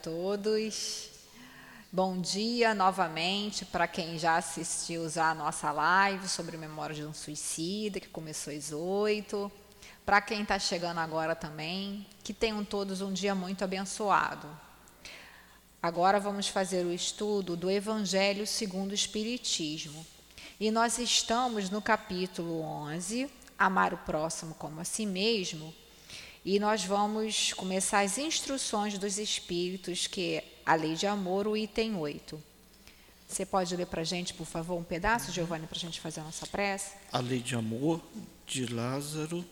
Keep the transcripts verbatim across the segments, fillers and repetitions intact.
Todos. Bom dia novamente para quem já assistiu a nossa live sobre memória de um suicida, que começou às oito. Para quem está chegando agora também, que tenham todos um dia muito abençoado. Agora vamos fazer o estudo do Evangelho segundo o Espiritismo. E nós estamos no capítulo onze, Amar o Próximo como a si mesmo. E nós vamos começar as instruções dos Espíritos, que é a Lei de Amor, o item oito. Você pode ler para a gente, por favor, um pedaço, Giovanni, para a gente fazer a nossa prece? A Lei de Amor, de Lázaro,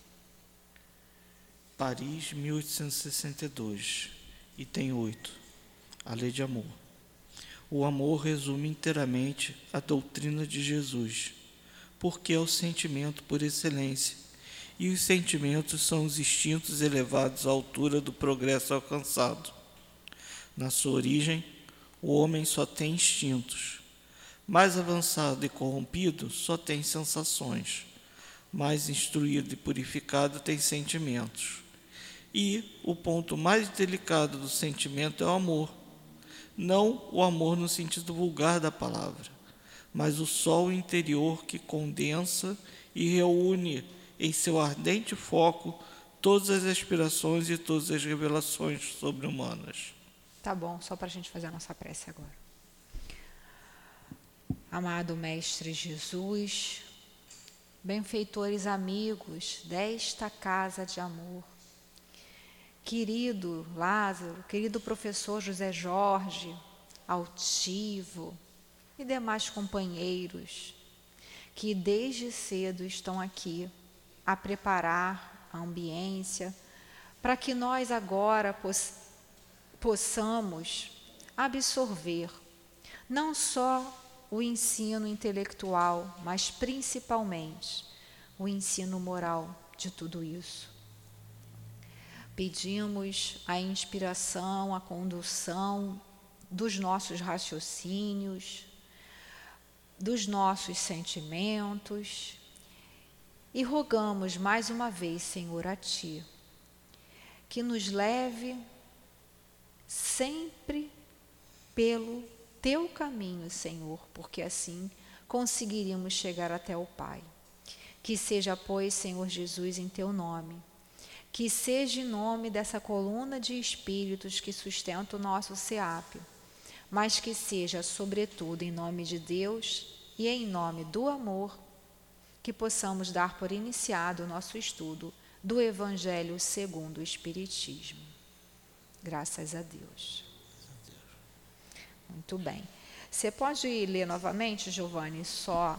Paris, mil oitocentos e sessenta e dois, item oito. A Lei de Amor. O amor resume inteiramente a doutrina de Jesus, porque é o sentimento por excelência, e os sentimentos são os instintos elevados à altura do progresso alcançado. Na sua origem, o homem só tem instintos. Mais avançado e corrompido, só tem sensações. Mais instruído e purificado, tem sentimentos. E o ponto mais delicado do sentimento é o amor. Não o amor no sentido vulgar da palavra, mas o sol interior que condensa e reúne em seu ardente foco todas as aspirações e todas as revelações sobre-humanas. Tá bom, só para a gente fazer a nossa prece agora. Amado Mestre Jesus, benfeitores amigos desta casa de amor, querido Lázaro, querido professor José Jorge, altivo e demais companheiros que desde cedo estão aqui a preparar a ambiência para que nós agora poss- possamos absorver não só o ensino intelectual, mas principalmente o ensino moral de tudo isso. Pedimos a inspiração, a condução dos nossos raciocínios, dos nossos sentimentos e rogamos mais uma vez, Senhor, a Ti, que nos leve sempre pelo Teu caminho, Senhor, porque assim conseguiríamos chegar até o Pai. Que seja, pois, Senhor Jesus, em Teu nome, que seja em nome dessa coluna de espíritos que sustenta o nosso SEAP, mas que seja, sobretudo, em nome de Deus e em nome do amor, que possamos dar por iniciado o nosso estudo do Evangelho segundo o Espiritismo. Graças a Deus. Muito bem. Você pode ler novamente, Giovanni, só?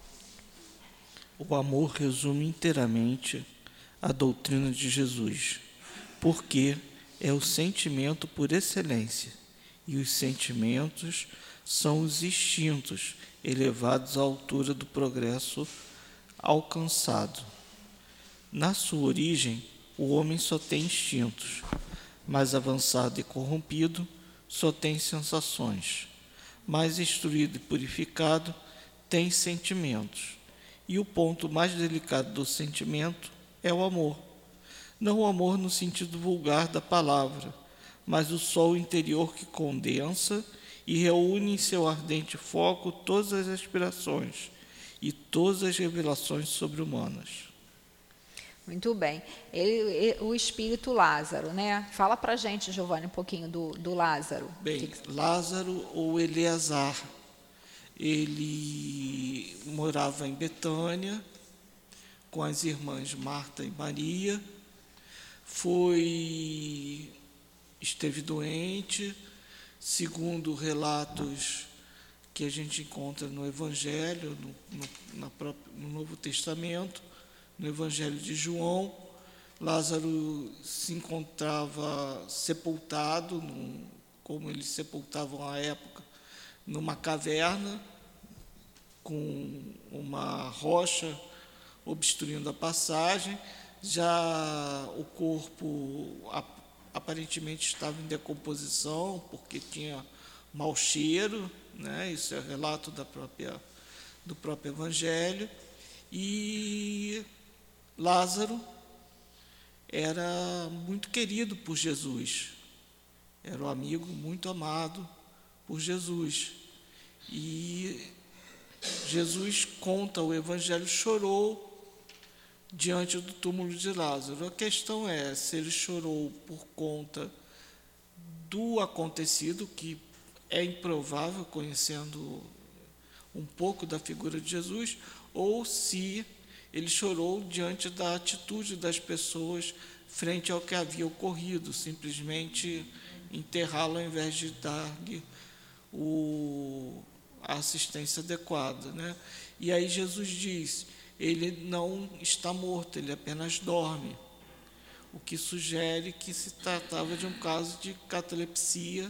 O amor resume inteiramente a doutrina de Jesus, porque é o sentimento por excelência, e os sentimentos são os instintos elevados à altura do progresso alcançado. Na sua origem, o homem só tem instintos. Mais avançado e corrompido, só tem sensações. Mais instruído e purificado, tem sentimentos. E o ponto mais delicado do sentimento é o amor. Não o amor no sentido vulgar da palavra, mas o sol interior que condensa e reúne em seu ardente foco todas as aspirações e todas as revelações sobre-humanas. Muito bem. Ele, o espírito Lázaro, né? Fala pra gente, Giovanni, um pouquinho do, do Lázaro. Bem, Que... Lázaro ou Eleazar, ele morava em Betânia com as irmãs Marta e Maria, foi, esteve doente, segundo relatos que a gente encontra no Evangelho, no, no, na própria, no Novo Testamento, no Evangelho de João. Lázaro se encontrava sepultado, num, como eles sepultavam à época, numa caverna, com uma rocha obstruindo a passagem. Já o corpo aparentemente estava em decomposição, porque tinha mau cheiro, né? Isso é relato da própria, do próprio Evangelho. E Lázaro era muito querido por Jesus. era um amigo muito amado por Jesus. E Jesus conta, o Evangelho chorou diante do túmulo de Lázaro. A questão é se ele chorou por conta do acontecido, que é improvável, conhecendo um pouco da figura de Jesus, ou se ele chorou diante da atitude das pessoas frente ao que havia ocorrido, simplesmente enterrá-lo ao invés de dar-lhe o, a assistência adequada, né? E aí Jesus diz, ele não está morto, ele apenas dorme, o que sugere que se tratava de um caso de catalepsia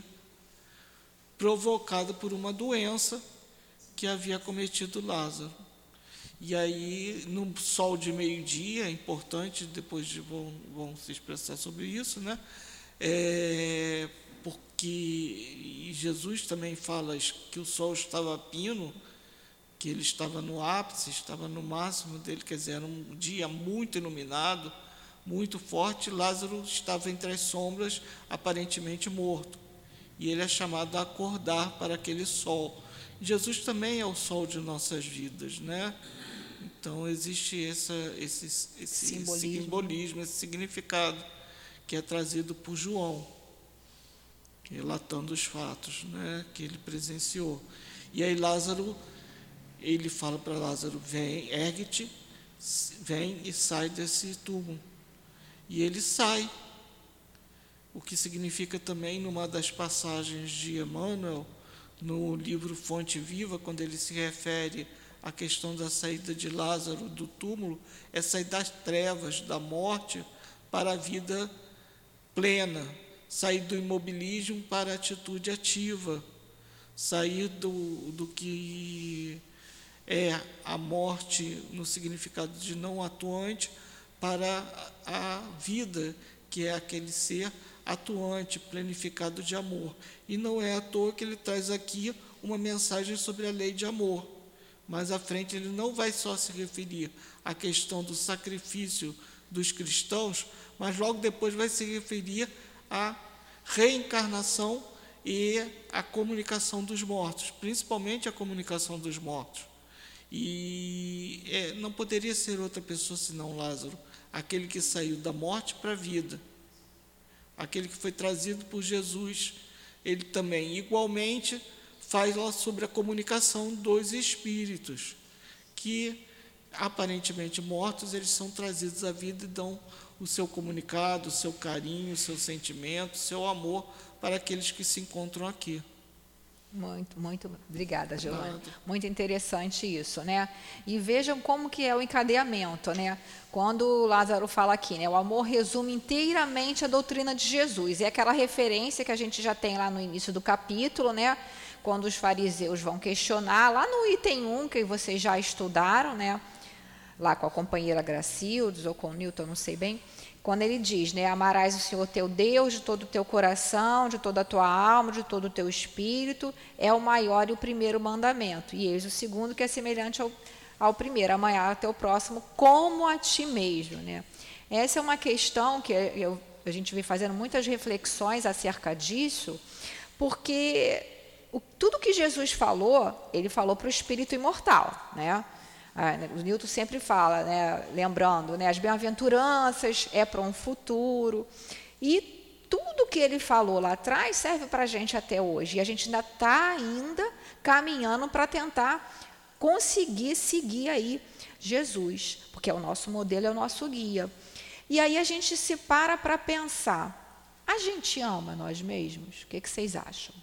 provocada por uma doença que havia cometido Lázaro. E aí, no sol de meio-dia, é importante, depois de, vão, vão se expressar sobre isso, né? É, porque Jesus também fala que o sol estava a pino, que ele estava no ápice, estava no máximo dele, quer dizer, era um dia muito iluminado, muito forte. Lázaro estava entre as sombras, aparentemente morto, e ele é chamado a acordar para aquele sol. Jesus também é o sol de nossas vidas, né? Então existe essa, esse, esse simbolismo. simbolismo, esse significado que é trazido por João, relatando os fatos, né, que ele presenciou. E aí Lázaro, ele fala para Lázaro, vem, ergue-te, vem e sai desse túmulo. E ele sai, o que significa também, numa das passagens de Emmanuel, no livro Fonte Viva, quando ele se refere à questão da saída de Lázaro do túmulo, é sair das trevas, da morte, para a vida plena, sair do imobilismo para a atitude ativa, sair do, do que é a morte no significado de não atuante para a vida, que é aquele ser atuante, planificado de amor. E não é à toa que ele traz aqui uma mensagem sobre a lei de amor. Mais à frente ele não vai só se referir à questão do sacrifício dos cristãos, mas logo depois vai se referir à reencarnação e à comunicação dos mortos, principalmente a comunicação dos mortos. E é, não poderia ser outra pessoa senão Lázaro, aquele que saiu da morte para a vida, aquele que foi trazido por Jesus. Ele também, igualmente, fala sobre a comunicação dos espíritos, que, aparentemente mortos, eles são trazidos à vida e dão o seu comunicado, o seu carinho, o seu sentimento, o seu amor para aqueles que se encontram aqui. Muito, muito obrigada, Giovana. Muito interessante isso, né? E vejam como que é o encadeamento, né? Quando Lázaro fala aqui, né? O amor resume inteiramente a doutrina de Jesus. É aquela referência que a gente já tem lá no início do capítulo, né? Quando os fariseus vão questionar, lá no item um, que vocês já estudaram, né? Lá com a companheira Gracildes ou com o Newton, não sei bem, quando ele diz, né, amarás o Senhor teu Deus de todo o teu coração, de toda a tua alma, de todo o teu espírito, é o maior e o primeiro mandamento. E eis o segundo, que é semelhante ao, ao primeiro, amar o teu próximo como a ti mesmo, né? Essa é uma questão que eu, a gente vem fazendo muitas reflexões acerca disso, porque o, tudo que Jesus falou, ele falou para o espírito imortal, né? Ah, o Newton sempre fala, né, lembrando, né, as bem-aventuranças é para um futuro, e tudo que ele falou lá atrás serve para a gente até hoje, e a gente ainda está ainda caminhando para tentar conseguir seguir aí Jesus, porque é o nosso modelo, é o nosso guia. E aí a gente se para para pensar, a gente ama nós mesmos? O que, que vocês acham?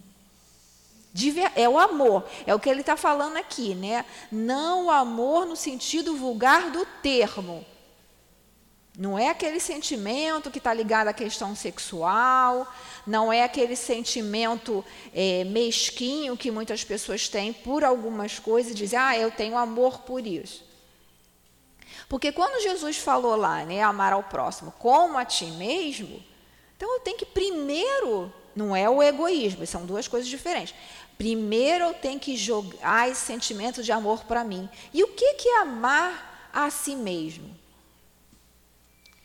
É o amor, é o que ele está falando aqui, né? Não o amor no sentido vulgar do termo. Não é aquele sentimento que está ligado à questão sexual, não é aquele sentimento é, mesquinho que muitas pessoas têm por algumas coisas e dizem, ah, eu tenho amor por isso. Porque quando Jesus falou lá, né, amar ao próximo como a ti mesmo, então eu tenho que primeiro, não é o egoísmo, são duas coisas diferentes. Primeiro eu tenho que jogar esse sentimento de amor para mim. E o que, que é amar a si mesmo?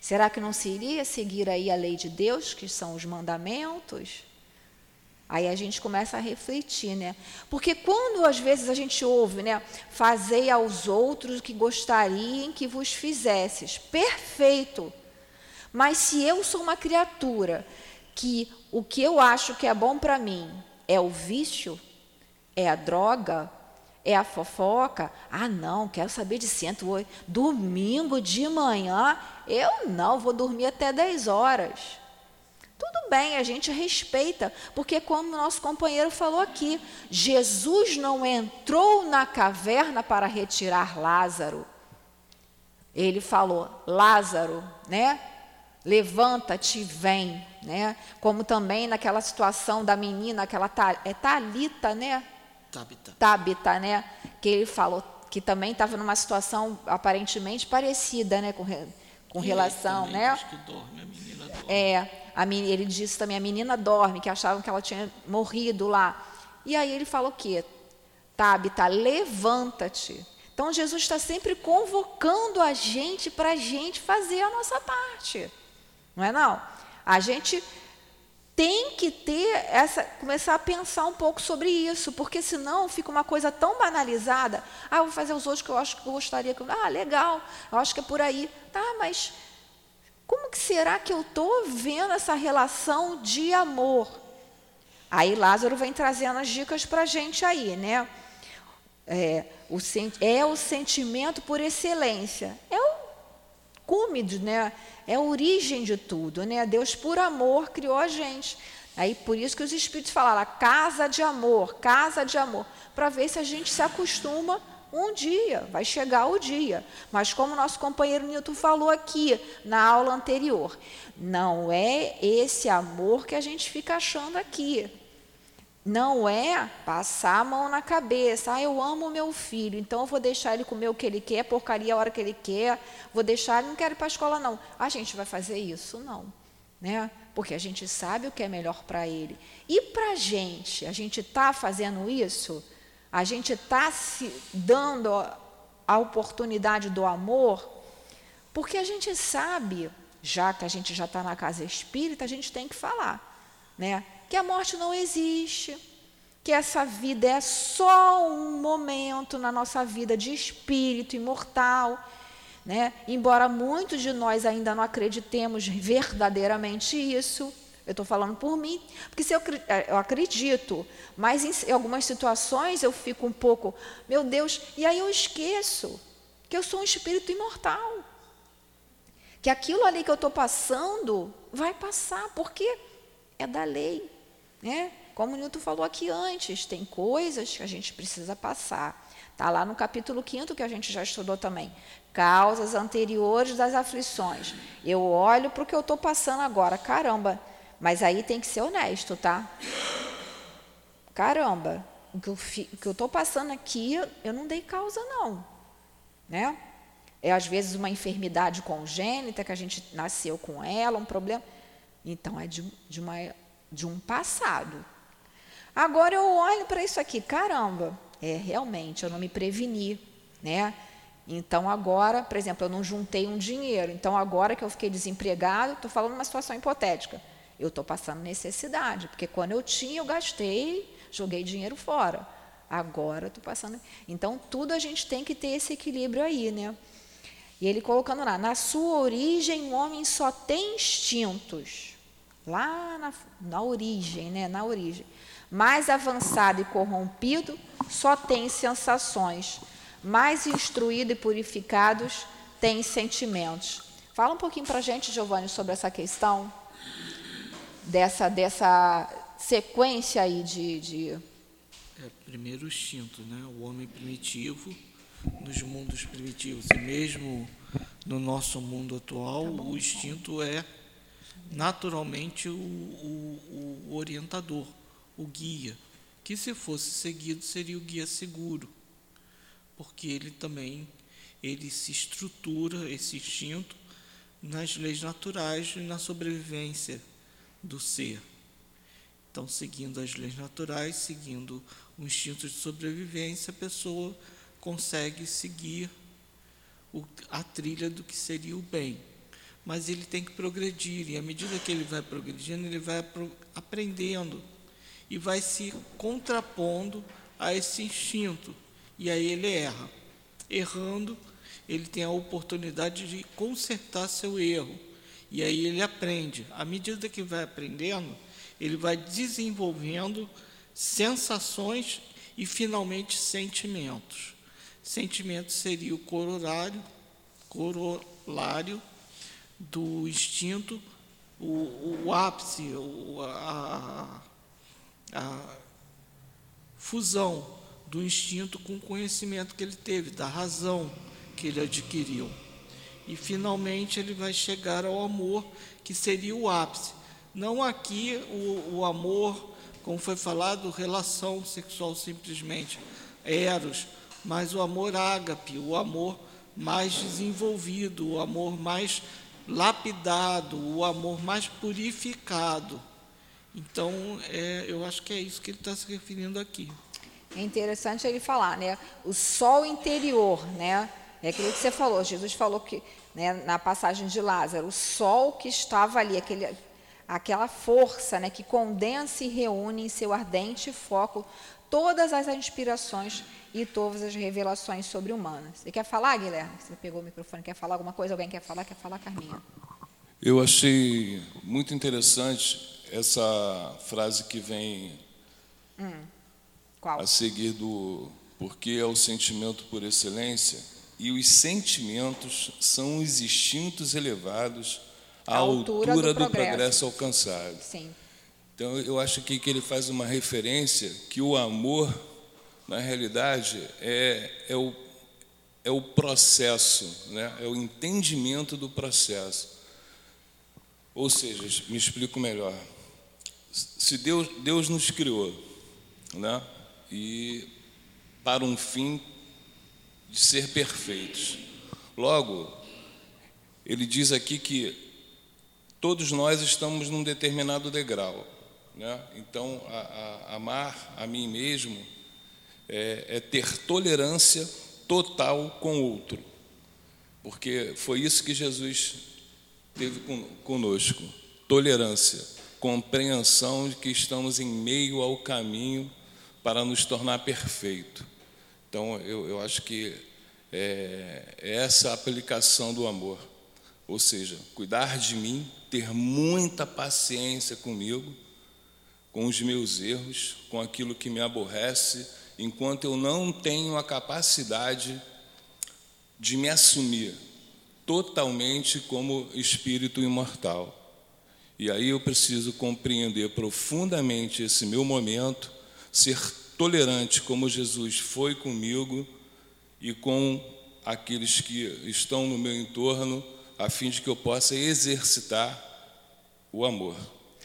Será que não se iria seguir aí a lei de Deus, que são os mandamentos? Aí a gente começa a refletir, né? Porque quando às vezes a gente ouve, né? Fazei aos outros o que gostariam que vos fizesses. Perfeito. Mas se eu sou uma criatura que o que eu acho que é bom para mim é o vício, é a droga, é a fofoca, ah não, quero saber de centro hoje, domingo de manhã, eu não, vou dormir até dez horas. Tudo bem, a gente respeita, porque como o nosso companheiro falou aqui, Jesus não entrou na caverna para retirar Lázaro. Ele falou, Lázaro, né? Levanta-te e vem, né? Como também naquela situação da menina, aquela é Talita, né? Tabita. Tabita, né? Que ele falou que também estava numa situação aparentemente parecida, né? Com, com e relação, ele né? Diz que dorme, a menina dorme. É, a menina, ele disse também, a menina dorme, que achavam que ela tinha morrido lá. E aí ele falou o quê? Tabita, levanta-te. Então Jesus está sempre convocando a gente para a gente fazer a nossa parte. Não é não? A gente tem que ter essa, começar a pensar um pouco sobre isso, porque senão fica uma coisa tão banalizada. Ah, eu vou fazer os outros que eu acho que eu gostaria. Que... Ah, legal, eu acho que é por aí. Tá, mas como que será que eu estou vendo essa relação de amor? Aí Lázaro vem trazendo as dicas para a gente aí, né? É o, é o sentimento por excelência. É o cume, né? É a origem de tudo, né? Deus, por amor, criou a gente. Aí, por isso que os Espíritos falaram, casa de amor, casa de amor, para ver se a gente se acostuma um dia, vai chegar o dia. Mas como o nosso companheiro Nilton falou aqui, na aula anterior, não é esse amor que a gente fica achando aqui. Não é passar a mão na cabeça, ah, eu amo meu filho, então eu vou deixar ele comer o que ele quer, porcaria a hora que ele quer, vou deixar ele, não quero ir para a escola não. A gente vai fazer isso? Não, né? Porque a gente sabe o que é melhor para ele. E para a gente, a gente está fazendo isso? A gente está se dando a oportunidade do amor? Porque a gente sabe, já que a gente já está na casa espírita, a gente tem que falar, né? Que a morte não existe, que essa vida é só um momento na nossa vida de espírito imortal, né? Embora muitos de nós ainda não acreditemos verdadeiramente isso, eu estou falando por mim, porque se eu, eu acredito, mas em, em algumas situações eu fico um pouco, meu Deus, e aí eu esqueço que eu sou um espírito imortal, que aquilo ali que eu estou passando vai passar, porque é da lei. Né? Como o Nilton falou aqui antes, tem coisas que a gente precisa passar. Está lá no capítulo quinto, que a gente já estudou também. Causas anteriores das aflições. Eu olho para o que eu estou passando agora. Caramba, mas aí tem que ser honesto, tá? Caramba, o que eu estou passando aqui, eu não dei causa, não. Né? É, às vezes, uma enfermidade congênita, que a gente nasceu com ela, um problema. Então, é de, de uma... de um passado. Agora eu olho para isso aqui, caramba, é realmente, eu não me preveni, né? Então agora, por exemplo, eu não juntei um dinheiro, então agora que eu fiquei desempregado, estou falando uma situação hipotética, eu estou passando necessidade, porque quando eu tinha, eu gastei, joguei dinheiro fora, agora estou passando... Então tudo a gente tem que ter esse equilíbrio aí, né? E ele colocando lá, na sua origem o homem só tem instintos, lá na, na origem, né? Na origem. Mais avançado e corrompido, só tem sensações. Mais instruído e purificados, tem sentimentos. Fala um pouquinho para a gente, Giovanni, sobre essa questão, dessa, dessa sequência aí de... de... É, primeiro o instinto, né? O homem primitivo, nos mundos primitivos, e mesmo no nosso mundo atual, tá bom, o instinto é... naturalmente o, o, o orientador, o guia, que se fosse seguido seria o guia seguro, porque ele também ele se estrutura, esse instinto, nas leis naturais e na sobrevivência do ser. Então, seguindo as leis naturais, seguindo o instinto de sobrevivência, a pessoa consegue seguir o, a trilha do que seria o bem. mas ele tem que progredir, e à medida que ele vai progredindo, ele vai aprendendo e vai se contrapondo a esse instinto, e aí ele erra. Errando, ele tem a oportunidade de consertar seu erro, e aí ele aprende. À medida que vai aprendendo, ele vai desenvolvendo sensações e, finalmente, sentimentos. Sentimento seria o corolário, corolário do instinto, o, o ápice, o, a, a fusão do instinto com o conhecimento que ele teve, da razão que ele adquiriu. E, finalmente, ele vai chegar ao amor, que seria o ápice. Não aqui o, o amor, como foi falado, relação sexual simplesmente, eros, mas o amor ágape, o amor mais desenvolvido, o amor mais lapidado, o amor mais purificado. Então, é, eu acho que é isso que ele está se referindo aqui. É interessante ele falar, né? O sol interior, né? É aquilo que você falou. Jesus falou que, né, na passagem de Lázaro, o sol que estava ali, aquele, aquela força, né, que condensa e reúne em seu ardente foco todas as inspirações e todas as revelações sobre-humanas. Você quer falar, Guilherme? Você pegou o microfone, quer falar alguma coisa? Alguém quer falar? Quer falar, Carminha? Eu achei muito interessante essa frase que vem hum, qual? a seguir do porque é o sentimento por excelência, e os sentimentos são os instintos elevados à altura, altura do, do progresso. progresso alcançado. Sim. Então, eu acho que, que ele faz uma referência que o amor, na realidade, é, é, o, é o processo, né? É o entendimento do processo. Ou seja, me explico melhor. Se Deus, Deus nos criou, né? E para um fim de ser perfeitos. Logo, ele diz aqui que todos nós estamos num determinado degrau, né? Então, a, a, amar a mim mesmo é, é ter tolerância total com o outro, porque foi isso que Jesus teve conosco: tolerância, compreensão de que estamos em meio ao caminho para nos tornar perfeito. Então, eu, eu acho que é, é essa a aplicação do amor, ou seja, cuidar de mim, ter muita paciência comigo, com os meus erros, com aquilo que me aborrece, enquanto eu não tenho a capacidade de me assumir totalmente como espírito imortal. E aí eu preciso compreender profundamente esse meu momento, ser tolerante como Jesus foi comigo e com aqueles que estão no meu entorno, a fim de que eu possa exercitar o amor.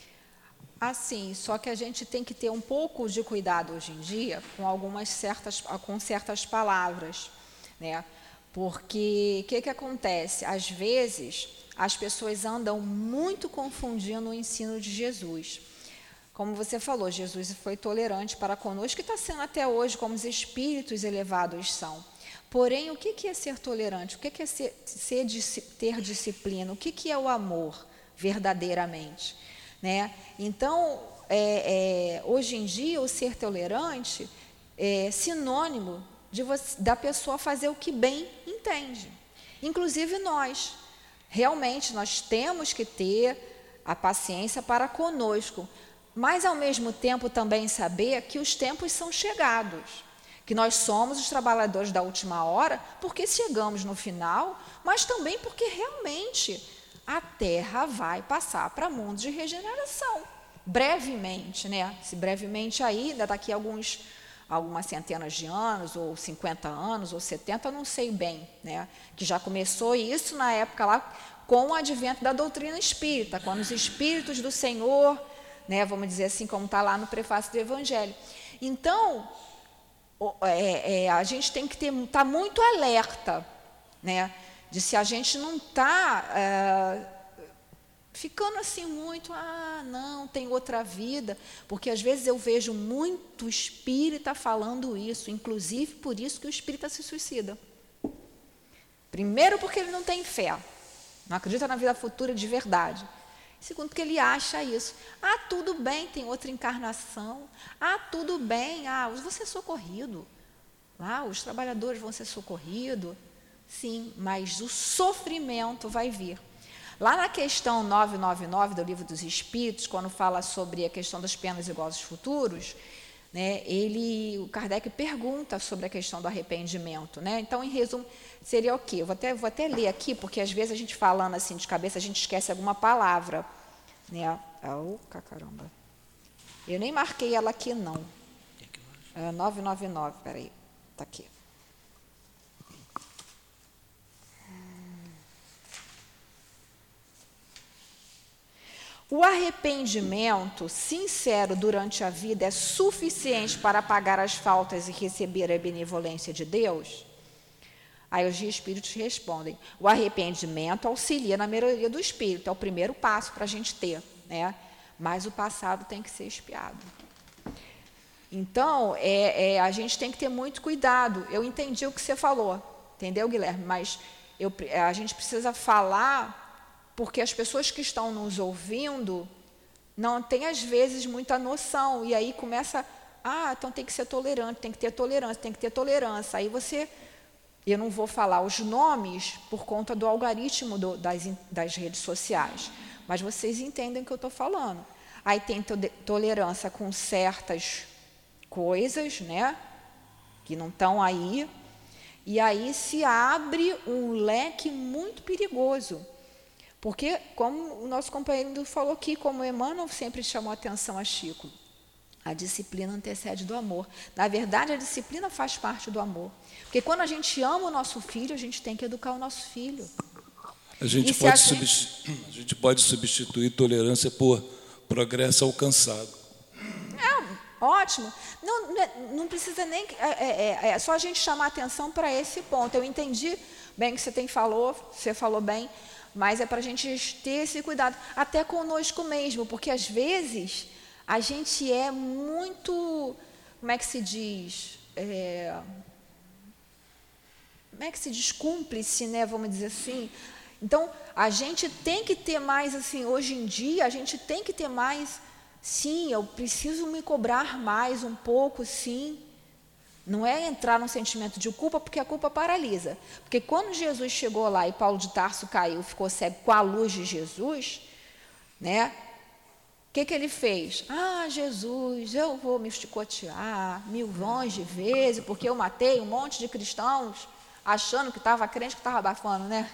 Assim, só que a gente tem que ter um pouco de cuidado hoje em dia com algumas certas, com certas palavras, né? Porque o que, que acontece? Às vezes, as pessoas andam muito confundindo o ensino de Jesus. Como você falou, Jesus foi tolerante para conosco, e está sendo até hoje, como os espíritos elevados são. Porém, o que é ser tolerante? O que é ser, ser, ter disciplina? O que é o amor, verdadeiramente? Né? Então, é, é, hoje em dia, o ser tolerante é sinônimo de você, da pessoa fazer o que bem entende. Inclusive nós. Realmente, nós temos que ter a paciência para conosco, mas, ao mesmo tempo, também saber que os tempos são chegados, que nós somos os trabalhadores da última hora, porque chegamos no final, mas também porque realmente a Terra vai passar para mundo de regeneração, brevemente, né? Se brevemente aí, daqui a alguns, algumas centenas de anos, ou cinquenta anos, ou setenta, não sei bem, né? Que já começou isso na época lá, com o advento da doutrina espírita, quando os espíritos do Senhor, né, vamos dizer assim, como está lá no prefácio do Evangelho. Então, é, é, a gente tem que estar tá muito alerta, né, de se a gente não está é, ficando assim muito, ah, não, tem outra vida, porque às vezes eu vejo muito espírita falando isso, inclusive por isso que o espírita se suicida. Primeiro porque ele não tem fé, não acredita na vida futura de verdade. Segundo, porque ele acha isso. Ah, tudo bem, tem outra encarnação. Ah, tudo bem, ah, vou ser socorrido. Ah, os trabalhadores vão ser socorridos. Sim, mas o sofrimento vai vir. Lá na questão novecentos e noventa e nove do Livro dos Espíritos, quando fala sobre a questão das penas e gozos futuros, né, ele, o Kardec pergunta sobre a questão do arrependimento. Né? Então, em resumo, seria o quê? Eu vou até, vou até ler aqui, porque às vezes a gente falando assim de cabeça, a gente esquece alguma palavra. Né? Oh, caramba. Eu nem marquei ela aqui, não. É novecentos e noventa e nove, peraí. Está aqui. O arrependimento sincero durante a vida é suficiente para apagar as faltas e receber a benevolência de Deus? Aí os espíritos respondem, o arrependimento auxilia na melhoria do espírito, é o primeiro passo para a gente ter, né? Mas o passado tem que ser expiado. Então, é, é, a gente tem que ter muito cuidado. Eu entendi o que você falou, entendeu, Guilherme? Mas eu, a gente precisa falar... porque as pessoas que estão nos ouvindo não têm, às vezes, muita noção. E aí começa, ah, então tem que ser tolerante, tem que ter tolerância, tem que ter tolerância. Aí você, eu não vou falar os nomes por conta do algoritmo do, das, das redes sociais, mas vocês entendem o que eu estou falando. Aí tem to tolerância com certas coisas, né, que não estão aí, e aí se abre um leque muito perigoso. Porque, como o nosso companheiro falou aqui, como Emmanuel sempre chamou a atenção a Chico, a disciplina antecede do amor. Na verdade, a disciplina faz parte do amor. Porque quando a gente ama o nosso filho, a gente tem que educar o nosso filho. A gente, pode, a gente... a gente pode substituir tolerância por progresso alcançado. É, ótimo. Não, não precisa nem... É, é, é só a gente chamar a atenção para esse ponto. Eu entendi bem o que você tem falou, você falou bem... Mas é para a gente ter esse cuidado, até conosco mesmo, porque às vezes a gente é muito, como é que se diz, é, como é que se diz, cúmplice, né, vamos dizer assim. Então, a gente tem que ter mais, assim, hoje em dia, a gente tem que ter mais, sim, eu preciso me cobrar mais um pouco, sim. Não é entrar num sentimento de culpa, porque a culpa paralisa. Porque quando Jesus chegou lá e Paulo de Tarso caiu, ficou cego com a luz de Jesus, né? O que, que ele fez? Ah, Jesus, eu vou me chicotear milhões de vezes, porque eu matei um monte de cristãos, achando que estava crente, que estava abafando, né?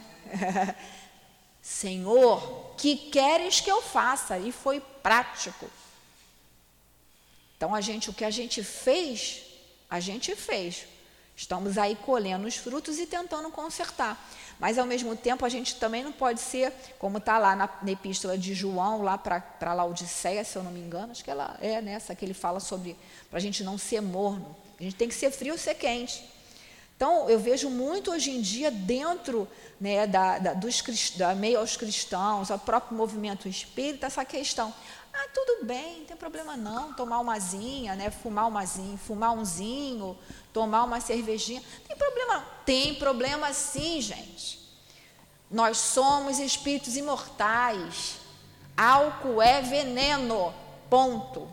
Senhor, que queres que eu faça? E foi prático. Então, a gente, o que a gente fez... A gente fez. Estamos aí colhendo os frutos e tentando consertar. Mas, ao mesmo tempo, a gente também não pode ser, como está lá na, na epístola de João, lá para Laodiceia, se eu não me engano, acho que ela é nessa que ele fala sobre, para a gente não ser morno. A gente tem que ser frio ou ser quente. Então, eu vejo muito hoje em dia dentro, né, da, da, dos, da meio aos cristãos, ao próprio movimento espírita, essa questão. Ah, tudo bem, não tem problema não, tomar umazinha, né, fumar umazinha, fumar umzinho, tomar uma cervejinha, não tem problema não. Tem problema sim, gente. Nós somos espíritos imortais. Álcool é veneno, ponto.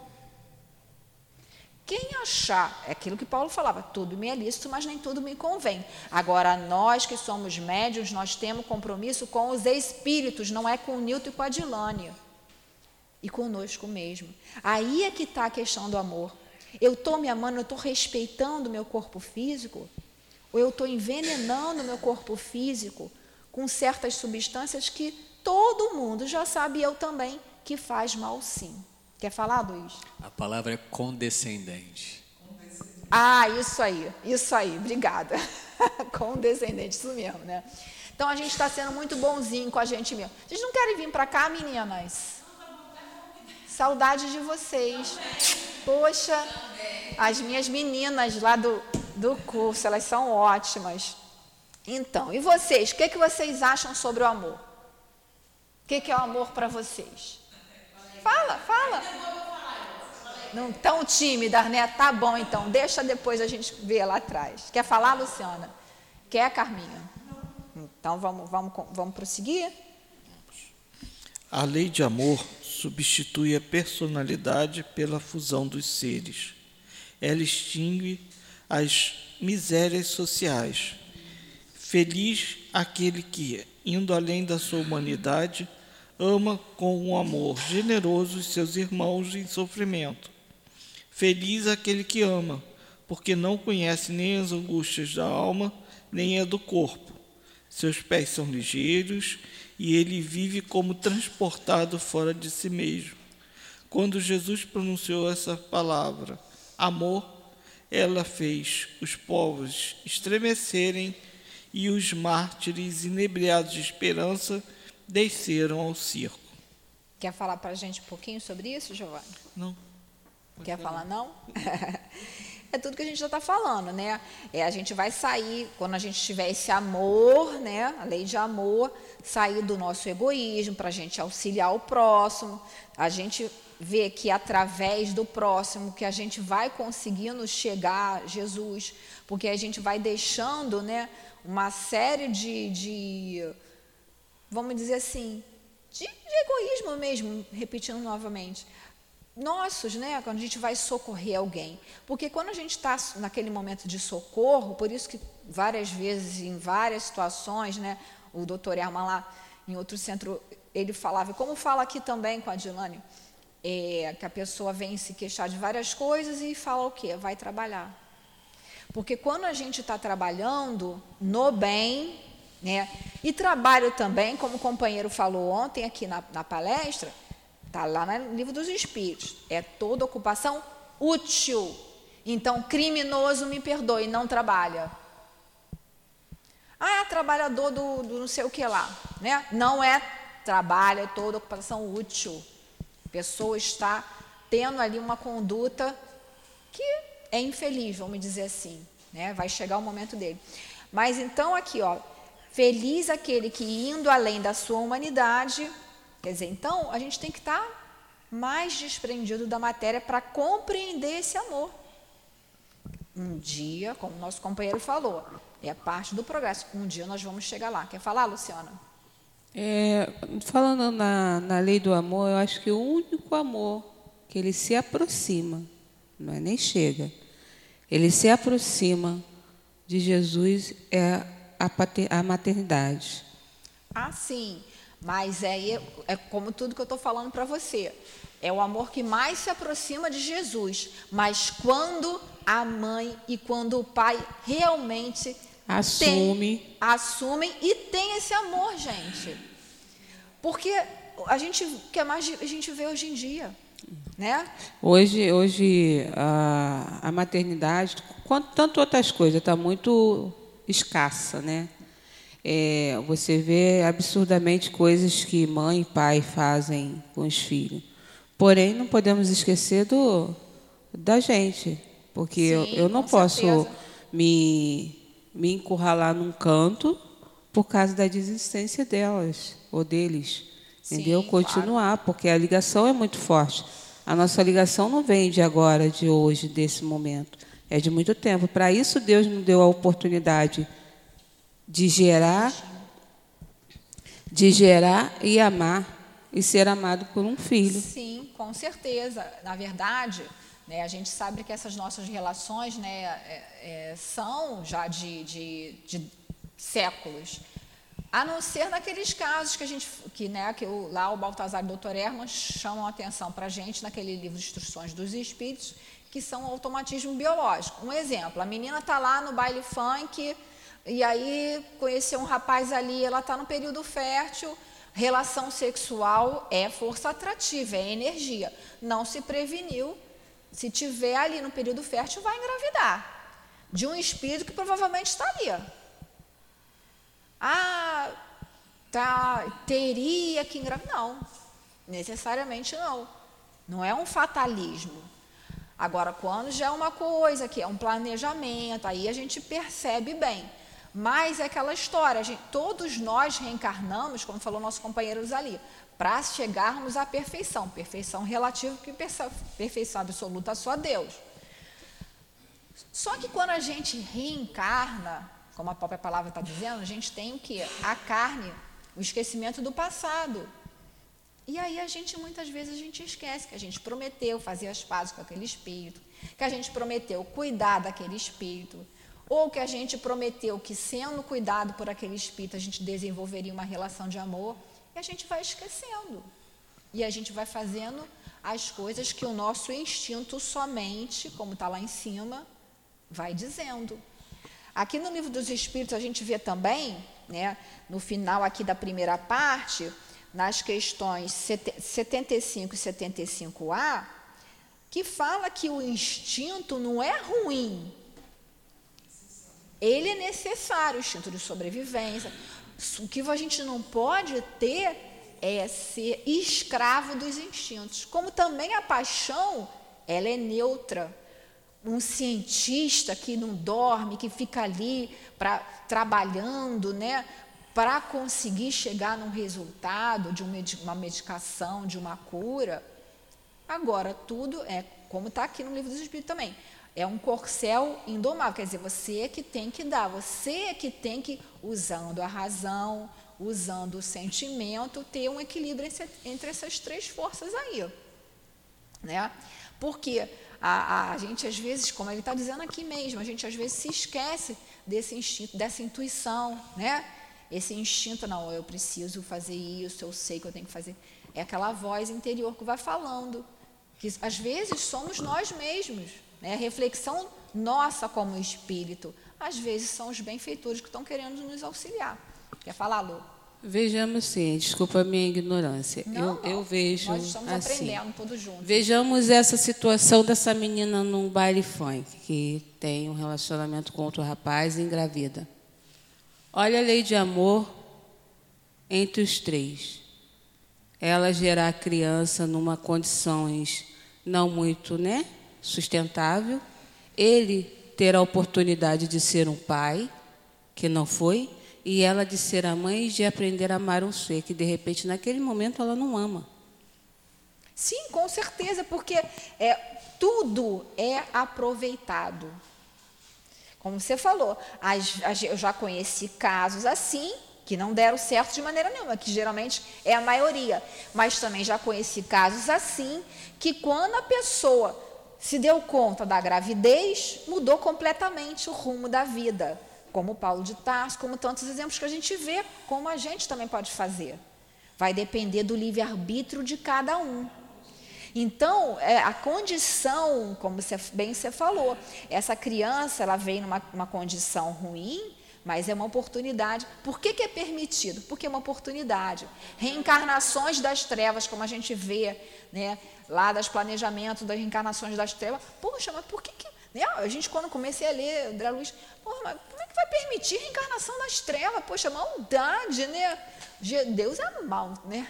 Quem achar, é aquilo que Paulo falava, tudo me é lícito, mas nem tudo me convém. Agora, nós que somos médiuns, nós temos compromisso com os espíritos, não é com o Newton e com a Dilânia. E conosco mesmo. Aí é que está a questão do amor. Eu estou me amando, eu estou respeitando o meu corpo físico? Ou eu estou envenenando o meu corpo físico com certas substâncias que todo mundo já sabe, eu também, que faz mal sim. Quer falar, Luiz? A palavra é condescendente. Ah, isso aí, isso aí, obrigada. Condescendente, isso mesmo, né? Então, a gente está sendo muito bonzinho com a gente mesmo. Vocês não querem vir para cá, meninas? Saudade de vocês. Poxa, as minhas meninas lá do, do curso, elas são ótimas. Então, e vocês? O que, que vocês acham sobre o amor? O que, que é o amor para vocês? Fala, fala. Não tão tímidas, né? Tá bom, então. Deixa depois a gente ver lá atrás. Quer falar, Luciana? Quer, Carminha? Então, vamos, vamos, vamos prosseguir? A lei de amor substitui a personalidade pela fusão dos seres. Ela extingue as misérias sociais. Feliz aquele que, indo além da sua humanidade, ama com um amor generoso os seus irmãos em sofrimento. Feliz aquele que ama, porque não conhece nem as angústias da alma, nem a do corpo. Seus pés são ligeiros e ele vive como transportado fora de si mesmo. Quando Jesus pronunciou essa palavra, amor, ela fez os povos estremecerem e os mártires, inebriados de esperança, desceram ao circo. Quer falar para a gente um pouquinho sobre isso, Giovanni? Não. Quer falar não? É tudo que a gente já está falando, né? É, a gente vai sair, quando a gente tiver esse amor, né? A lei de amor, sair do nosso egoísmo para a gente auxiliar o próximo. A gente vê que através do próximo que a gente vai conseguindo chegar a Jesus, porque a gente vai deixando, né, uma série de, de vamos dizer assim, de, de egoísmo mesmo, repetindo novamente, nossos, né, quando a gente vai socorrer alguém. Porque quando a gente está naquele momento de socorro, por isso que várias vezes, em várias situações, né, o doutor Herman lá, em outro centro, ele falava, e como fala aqui também com a Dilane, é, que a pessoa vem se queixar de várias coisas e fala o quê? Vai trabalhar. Porque quando a gente está trabalhando no bem, né, e trabalho também, como o companheiro falou ontem aqui na, na palestra, está lá no Livro dos Espíritos, é toda ocupação útil. Então, criminoso, me perdoe, não trabalha. Ah, é trabalhador do, do não sei o que lá, né? Não é trabalho, é toda ocupação útil. A pessoa está tendo ali uma conduta que é infeliz, vamos dizer assim, né? Vai chegar o momento dele. Mas então aqui, ó, feliz aquele que indo além da sua humanidade, quer dizer, então a gente tem que estar mais desprendido da matéria para compreender esse amor. Um dia, como o nosso companheiro falou, é parte do progresso. Um dia nós vamos chegar lá. Quer falar, Luciana? É, falando na, na lei do amor, eu acho que o único amor que ele se aproxima, não é nem chega, ele se aproxima de Jesus é a, pater, a maternidade. Ah, sim, mas é, é como tudo que eu estou falando para você. É o amor que mais se aproxima de Jesus, mas quando a mãe e quando o pai realmente assume, tem, assumem e tem esse amor, gente. Porque a gente quer mais a gente vê hoje em dia, né? Hoje, hoje a, a maternidade, quanto tanto outras coisas, está muito escassa, né? É, você vê absurdamente coisas que mãe e pai fazem com os filhos. Porém, não podemos esquecer do, da gente, porque Sim, eu, eu não posso me, me encurralar num canto por causa da desistência delas ou deles. Sim, entendeu? Continuar, claro. Porque a ligação é muito forte. A nossa ligação não vem de agora, de hoje, desse momento. É de muito tempo. Para isso, Deus nos deu a oportunidade de gerar, de gerar e amar. E ser amado por um filho. Sim, com certeza. Na verdade, né, a gente sabe que essas nossas relações, né, é, é, são já de, de, de séculos. A não ser naqueles casos que a gente, que, né, que o, lá o Baltazar e o doutor Herman chamam a atenção para a gente naquele livro de Instruções dos Espíritos, que são automatismo biológico. Um exemplo, a menina está lá no baile funk e aí conheceu um rapaz ali, ela está no período fértil. Relação sexual é força atrativa, é energia. Não se preveniu, se tiver ali no período fértil, vai engravidar. De um espírito que provavelmente está ali. Ah, tá, teria que engravidar. Não, necessariamente não. Não é um fatalismo. Agora, quando já é uma coisa que é um planejamento, aí a gente percebe bem. Mas é aquela história, gente, todos nós reencarnamos, como falou nosso companheiro ali, para chegarmos à perfeição. Perfeição relativa, porque perfeição absoluta só Deus. Só que quando a gente reencarna, como a própria palavra está dizendo, a gente tem o quê? A carne, o esquecimento do passado. E aí a gente, muitas vezes, a gente esquece que a gente prometeu fazer as pazes com aquele espírito, que a gente prometeu cuidar daquele espírito, ou que a gente prometeu que, sendo cuidado por aquele espírito, a gente desenvolveria uma relação de amor, e a gente vai esquecendo. E a gente vai fazendo as coisas que o nosso instinto somente, como está lá em cima, vai dizendo. Aqui no Livro dos Espíritos a gente vê também, né, no final aqui da primeira parte, nas questões setenta e cinco e setenta e cinco A, que fala que o instinto não é ruim. Ele é necessário, o instinto de sobrevivência. O que a gente não pode ter é ser escravo dos instintos. Como também a paixão, ela é neutra. Um cientista que não dorme, que fica ali pra, trabalhando, né, para conseguir chegar num resultado de uma medicação, de uma cura. Agora, tudo é, como está aqui no Livro dos Espíritos também, é um corcel indomável, quer dizer, você é que tem que dar, você é que tem que, usando a razão, usando o sentimento, ter um equilíbrio entre essas três forças aí, né? Porque a, a gente, às vezes, como ele está dizendo aqui mesmo, a gente, às vezes, se esquece desse instinto, dessa intuição, né? Esse instinto, não, eu preciso fazer isso, eu sei que eu tenho que fazer. É aquela voz interior que vai falando, que, às vezes, somos nós mesmos, né? A reflexão nossa como espírito, às vezes, são os benfeitores que estão querendo nos auxiliar. Quer falar, Lu? Vejamos sim, desculpa a minha ignorância. Não, eu, eu vejo nós estamos assim. aprendendo todos juntos. Vejamos essa situação dessa menina num baile funk, que tem um relacionamento com outro rapaz e engravida. Olha a lei de amor entre os três. Ela gerar a criança numa condições não muito, né, sustentável. Ele ter a oportunidade de ser um pai, que não foi, e ela de ser a mãe e de aprender a amar um ser, que de repente, naquele momento, ela não ama. Sim, com certeza, porque é, tudo é aproveitado. Como você falou, as, as, eu já conheci casos assim, que não deram certo de maneira nenhuma, que geralmente é a maioria. Mas também já conheci casos assim, que quando a pessoa se deu conta da gravidez, mudou completamente o rumo da vida. Como Paulo de Tarso, como tantos exemplos que a gente vê, como a gente também pode fazer. Vai depender do livre-arbítrio de cada um. Então, é, a condição, como você, bem você falou, essa criança, ela veio numa uma condição ruim, mas é uma oportunidade. Por que que é permitido? Porque é uma oportunidade. Reencarnações das trevas, como a gente vê, né, lá das planejamentos das reencarnações das trevas. Poxa, mas por que que... Né, a gente, quando comecei a ler André Luiz, porra, mas como é que vai permitir reencarnação das trevas? Poxa, maldade, né? Deus é mal, né?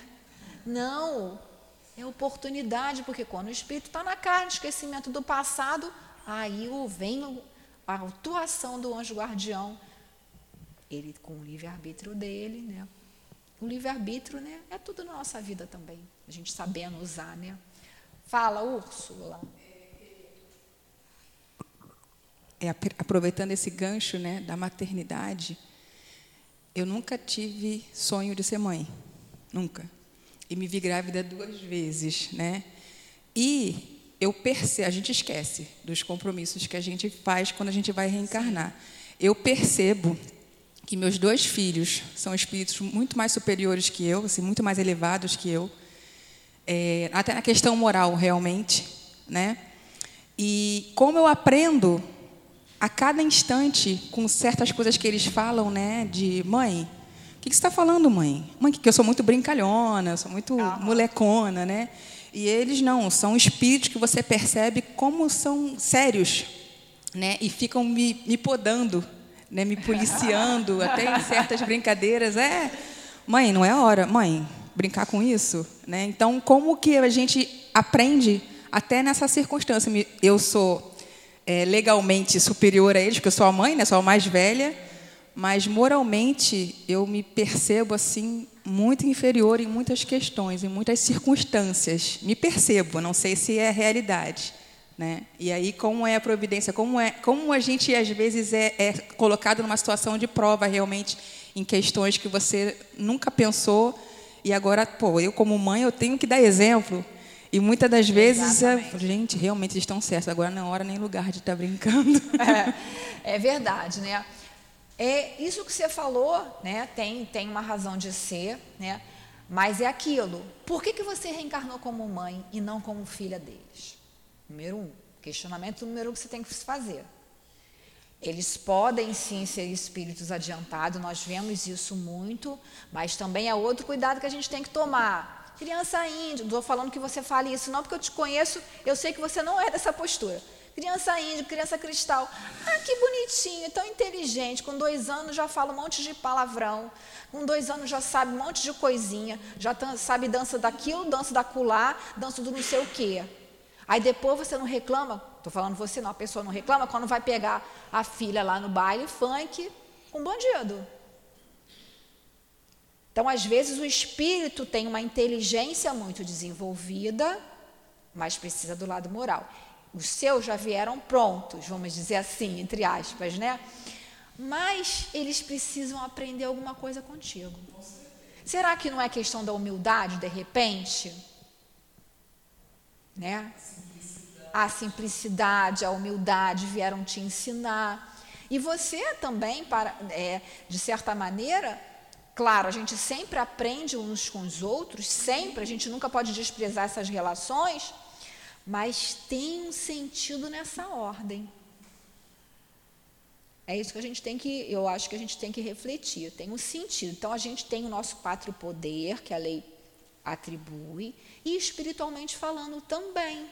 Não... É oportunidade, porque quando o espírito está na carne, esquecimento do passado, aí vem a atuação do anjo guardião, ele com o livre-arbítrio dele, né? O livre-arbítrio, né, é tudo na nossa vida também, a gente sabendo usar, né? Fala, Úrsula. É, aproveitando esse gancho, né, da maternidade, eu nunca tive sonho de ser mãe, nunca. E me vi grávida duas vezes, né? E eu percebo, a gente esquece dos compromissos que a gente faz quando a gente vai reencarnar. Eu percebo que meus dois filhos são espíritos muito mais superiores que eu, assim, muito mais elevados que eu, é, até na questão moral, realmente, né? E como eu aprendo a cada instante com certas coisas que eles falam, né? De mãe. O que você está falando, mãe? Mãe, que eu sou muito brincalhona, eu sou muito ah. molecona, né? E eles não, são espíritos que você percebe como são sérios, né? E ficam me, me podando, né? Me policiando, até em certas brincadeiras. É, mãe, não é hora, mãe, brincar com isso, né? Então, como que a gente aprende até nessa circunstância? Eu sou é, legalmente superior a eles, porque eu sou a mãe, né? Sou a mais velha. Mas, moralmente, eu me percebo assim muito inferior em muitas questões, em muitas circunstâncias. Me percebo, não sei se é realidade, né? E aí, como é a providência, como, é, como a gente, às vezes, é, é colocado numa situação de prova, realmente, em questões que você nunca pensou, e agora, pô, eu como mãe, eu tenho que dar exemplo. E muitas das vezes, eu, gente, realmente eles estão certos, agora não é hora nem lugar de estar brincando. É, é verdade, né? É, isso que você falou, né, tem, tem uma razão de ser, né? Mas é aquilo. Por que, que você reencarnou como mãe e não como filha deles? Número um. Questionamento número um que você tem que fazer. Eles podem sim ser espíritos adiantados, nós vemos isso muito, mas também é outro cuidado que a gente tem que tomar. Criança índia, não estou falando que você fale isso não, porque eu te conheço, eu sei que você não é dessa postura. Criança índia, criança cristal, ah, que bonitinho, tão inteligente, com dois anos já fala um monte de palavrão, com dois anos já sabe um monte de coisinha, já sabe dança daquilo, dança daculá, dança do não sei o quê. Aí depois você não reclama, estou falando você não, a pessoa não reclama quando vai pegar a filha lá no baile funk com bandido. Então, às vezes, o espírito tem uma inteligência muito desenvolvida, mas precisa do lado moral. Os seus já vieram prontos, vamos dizer assim, entre aspas, né? Mas eles precisam aprender alguma coisa contigo. Será que não é questão da humildade, de repente? Né? A simplicidade, a humildade vieram te ensinar. E você também, para, é, de certa maneira, claro, a gente sempre aprende uns com os outros, sempre, a gente nunca pode desprezar essas relações, mas tem um sentido nessa ordem. É isso que a gente tem que, eu acho que a gente tem que refletir, tem um sentido. Então, a gente tem o nosso pátrio poder, que a lei atribui, e espiritualmente falando também.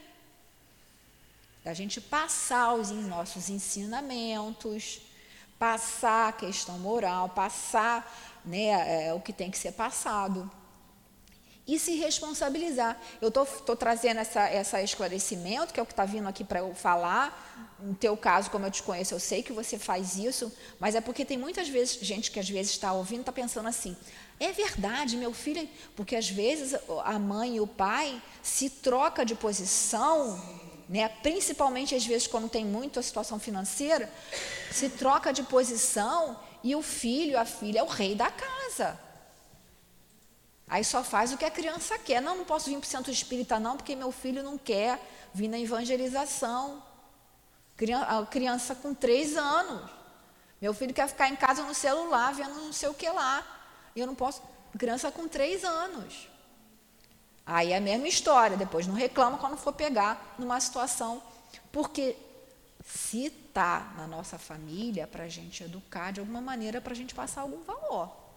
A gente passar os nossos ensinamentos, passar a questão moral, passar, né, é, o que tem que ser passado. E se responsabilizar. Eu estou trazendo essa, essa esclarecimento, que é o que está vindo aqui para eu falar. No teu caso, como eu te conheço, eu sei que você faz isso, mas é porque tem muitas vezes, gente que às vezes está ouvindo, está pensando assim, é verdade, meu filho, porque às vezes a mãe e o pai se troca de posição, né, principalmente às vezes quando tem muito a situação financeira, se troca de posição e o filho, a filha é o rei da casa. Aí só faz o que a criança quer. Não, não posso vir para o centro espírita não, porque meu filho não quer vir na evangelização. A criança com três anos. Meu filho quer ficar em casa no celular, vendo não sei o que lá. E eu não posso. Criança com três anos. Aí é a mesma história. Depois não reclama quando for pegar numa situação. Porque se está na nossa família, para a gente educar de alguma maneira, para a gente passar algum valor.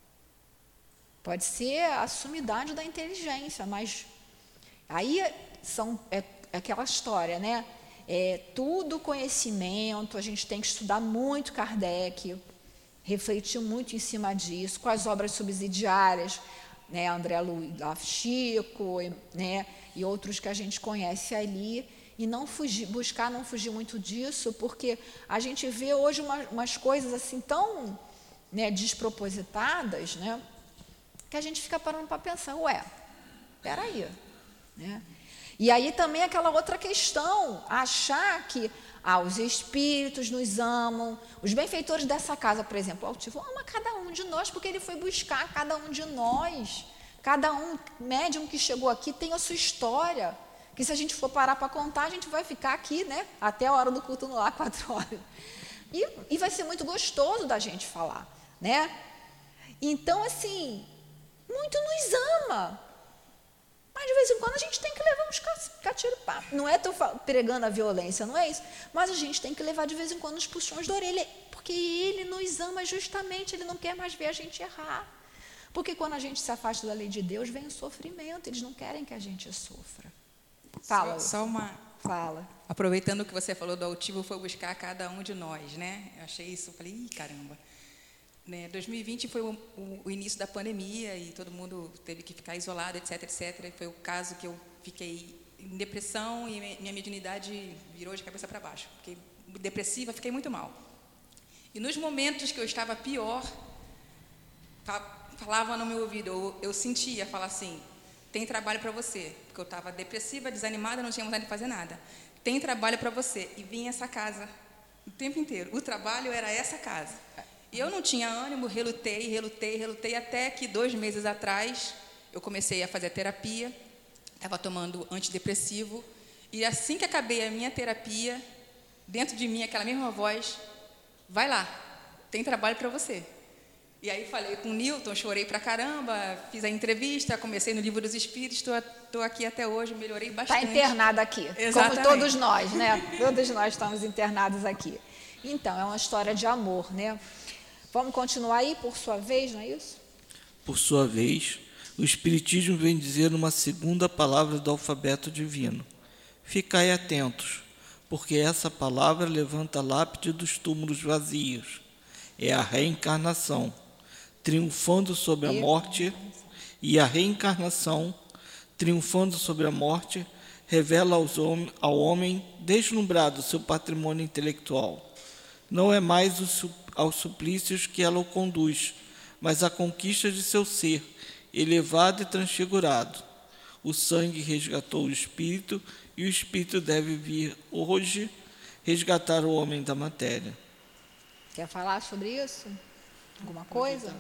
Pode ser a sumidade da inteligência, mas aí são, é, é aquela história, né? É tudo conhecimento, a gente tem que estudar muito Kardec, refletir muito em cima disso, com as obras subsidiárias, né? André Luiz Chico, né? E outros que a gente conhece ali, e não fugir, buscar não fugir muito disso, porque a gente vê hoje uma, umas coisas assim tão, né, despropositadas, né? Que a gente fica parando para pensar, ué, peraí, né? E aí também aquela outra questão, achar que ah, os espíritos nos amam, os benfeitores dessa casa, por exemplo, o altivo ama cada um de nós, porque ele foi buscar cada um de nós, cada um médium que chegou aqui tem a sua história, que se a gente for parar para contar, a gente vai ficar aqui, né, até a hora do culto no lar, quatro horas, e, e vai ser muito gostoso da gente falar, né? Então, assim, muito nos ama, mas de vez em quando a gente tem que levar uns catiro-papo. Não é tô pregando a violência, não é isso, mas a gente tem que levar de vez em quando uns puxões da orelha, porque ele nos ama justamente, ele não quer mais ver a gente errar, porque quando a gente se afasta da lei de Deus, vem o sofrimento, eles não querem que a gente sofra. Fala. Só, só uma... Fala. Aproveitando o que você falou do altivo, foi buscar cada um de nós, né? Eu achei isso, eu falei, ih, caramba. Né, dois mil e vinte foi o, o, o início da pandemia e todo mundo teve que ficar isolado, etc, etcétera. E foi o caso que eu fiquei em depressão e minha mediunidade virou de cabeça para baixo. Fiquei depressiva, fiquei muito mal. E nos momentos que eu estava pior, falava no meu ouvido, eu, eu sentia falar assim, tem trabalho para você. Porque eu estava depressiva, desanimada, não tinha vontade de fazer nada. Tem trabalho para você. E vinha essa casa o tempo inteiro. O trabalho era essa casa. E eu não tinha ânimo, relutei, relutei, relutei, até que dois meses atrás eu comecei a fazer a terapia, estava tomando antidepressivo, e assim que acabei a minha terapia, dentro de mim aquela mesma voz, vai lá, tem trabalho para você. E aí falei com o Newton, chorei pra caramba, fiz a entrevista, comecei no Livro dos Espíritos, estou aqui até hoje, melhorei bastante. Está internada aqui, Exatamente. como todos nós, né? Todos nós estamos internados aqui. Então, é uma história de amor, né? Vamos continuar aí, por sua vez, não é isso? Por sua vez, o Espiritismo vem dizer uma segunda palavra do alfabeto divino. Ficai atentos, porque essa palavra levanta a lápide dos túmulos vazios. É a reencarnação, triunfando sobre a morte, e a reencarnação, triunfando sobre a morte, revela aos hom- ao homem deslumbrado seu patrimônio intelectual. Não é mais o su- aos suplícios que ela o conduz, mas à conquista de seu ser, elevado e transfigurado. O sangue resgatou o espírito, e o espírito deve vir hoje resgatar o homem da matéria. Quer falar sobre isso? Alguma coisa?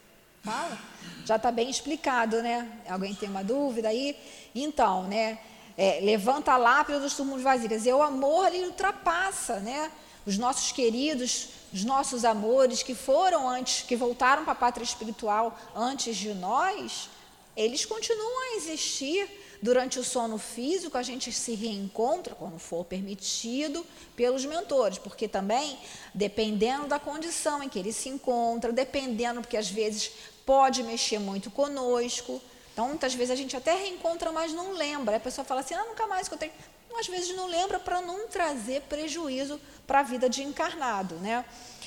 Fala. Já está bem explicado, né? Alguém tem uma dúvida aí? Então, né? É, levanta a lápide dos túmulos vazios. E o amor, ele ultrapassa, né? Os nossos queridos, os nossos amores que foram antes, que voltaram para a pátria espiritual antes de nós, eles continuam a existir. Durante o sono físico, a gente se reencontra, quando for permitido, pelos mentores, porque também, dependendo da condição em que ele se encontra, dependendo, porque às vezes pode mexer muito conosco, então muitas vezes a gente até reencontra, mas não lembra. A pessoa fala assim, ah, nunca mais que eu tenho. Às vezes não lembra para não trazer prejuízo para a vida de encarnado, né?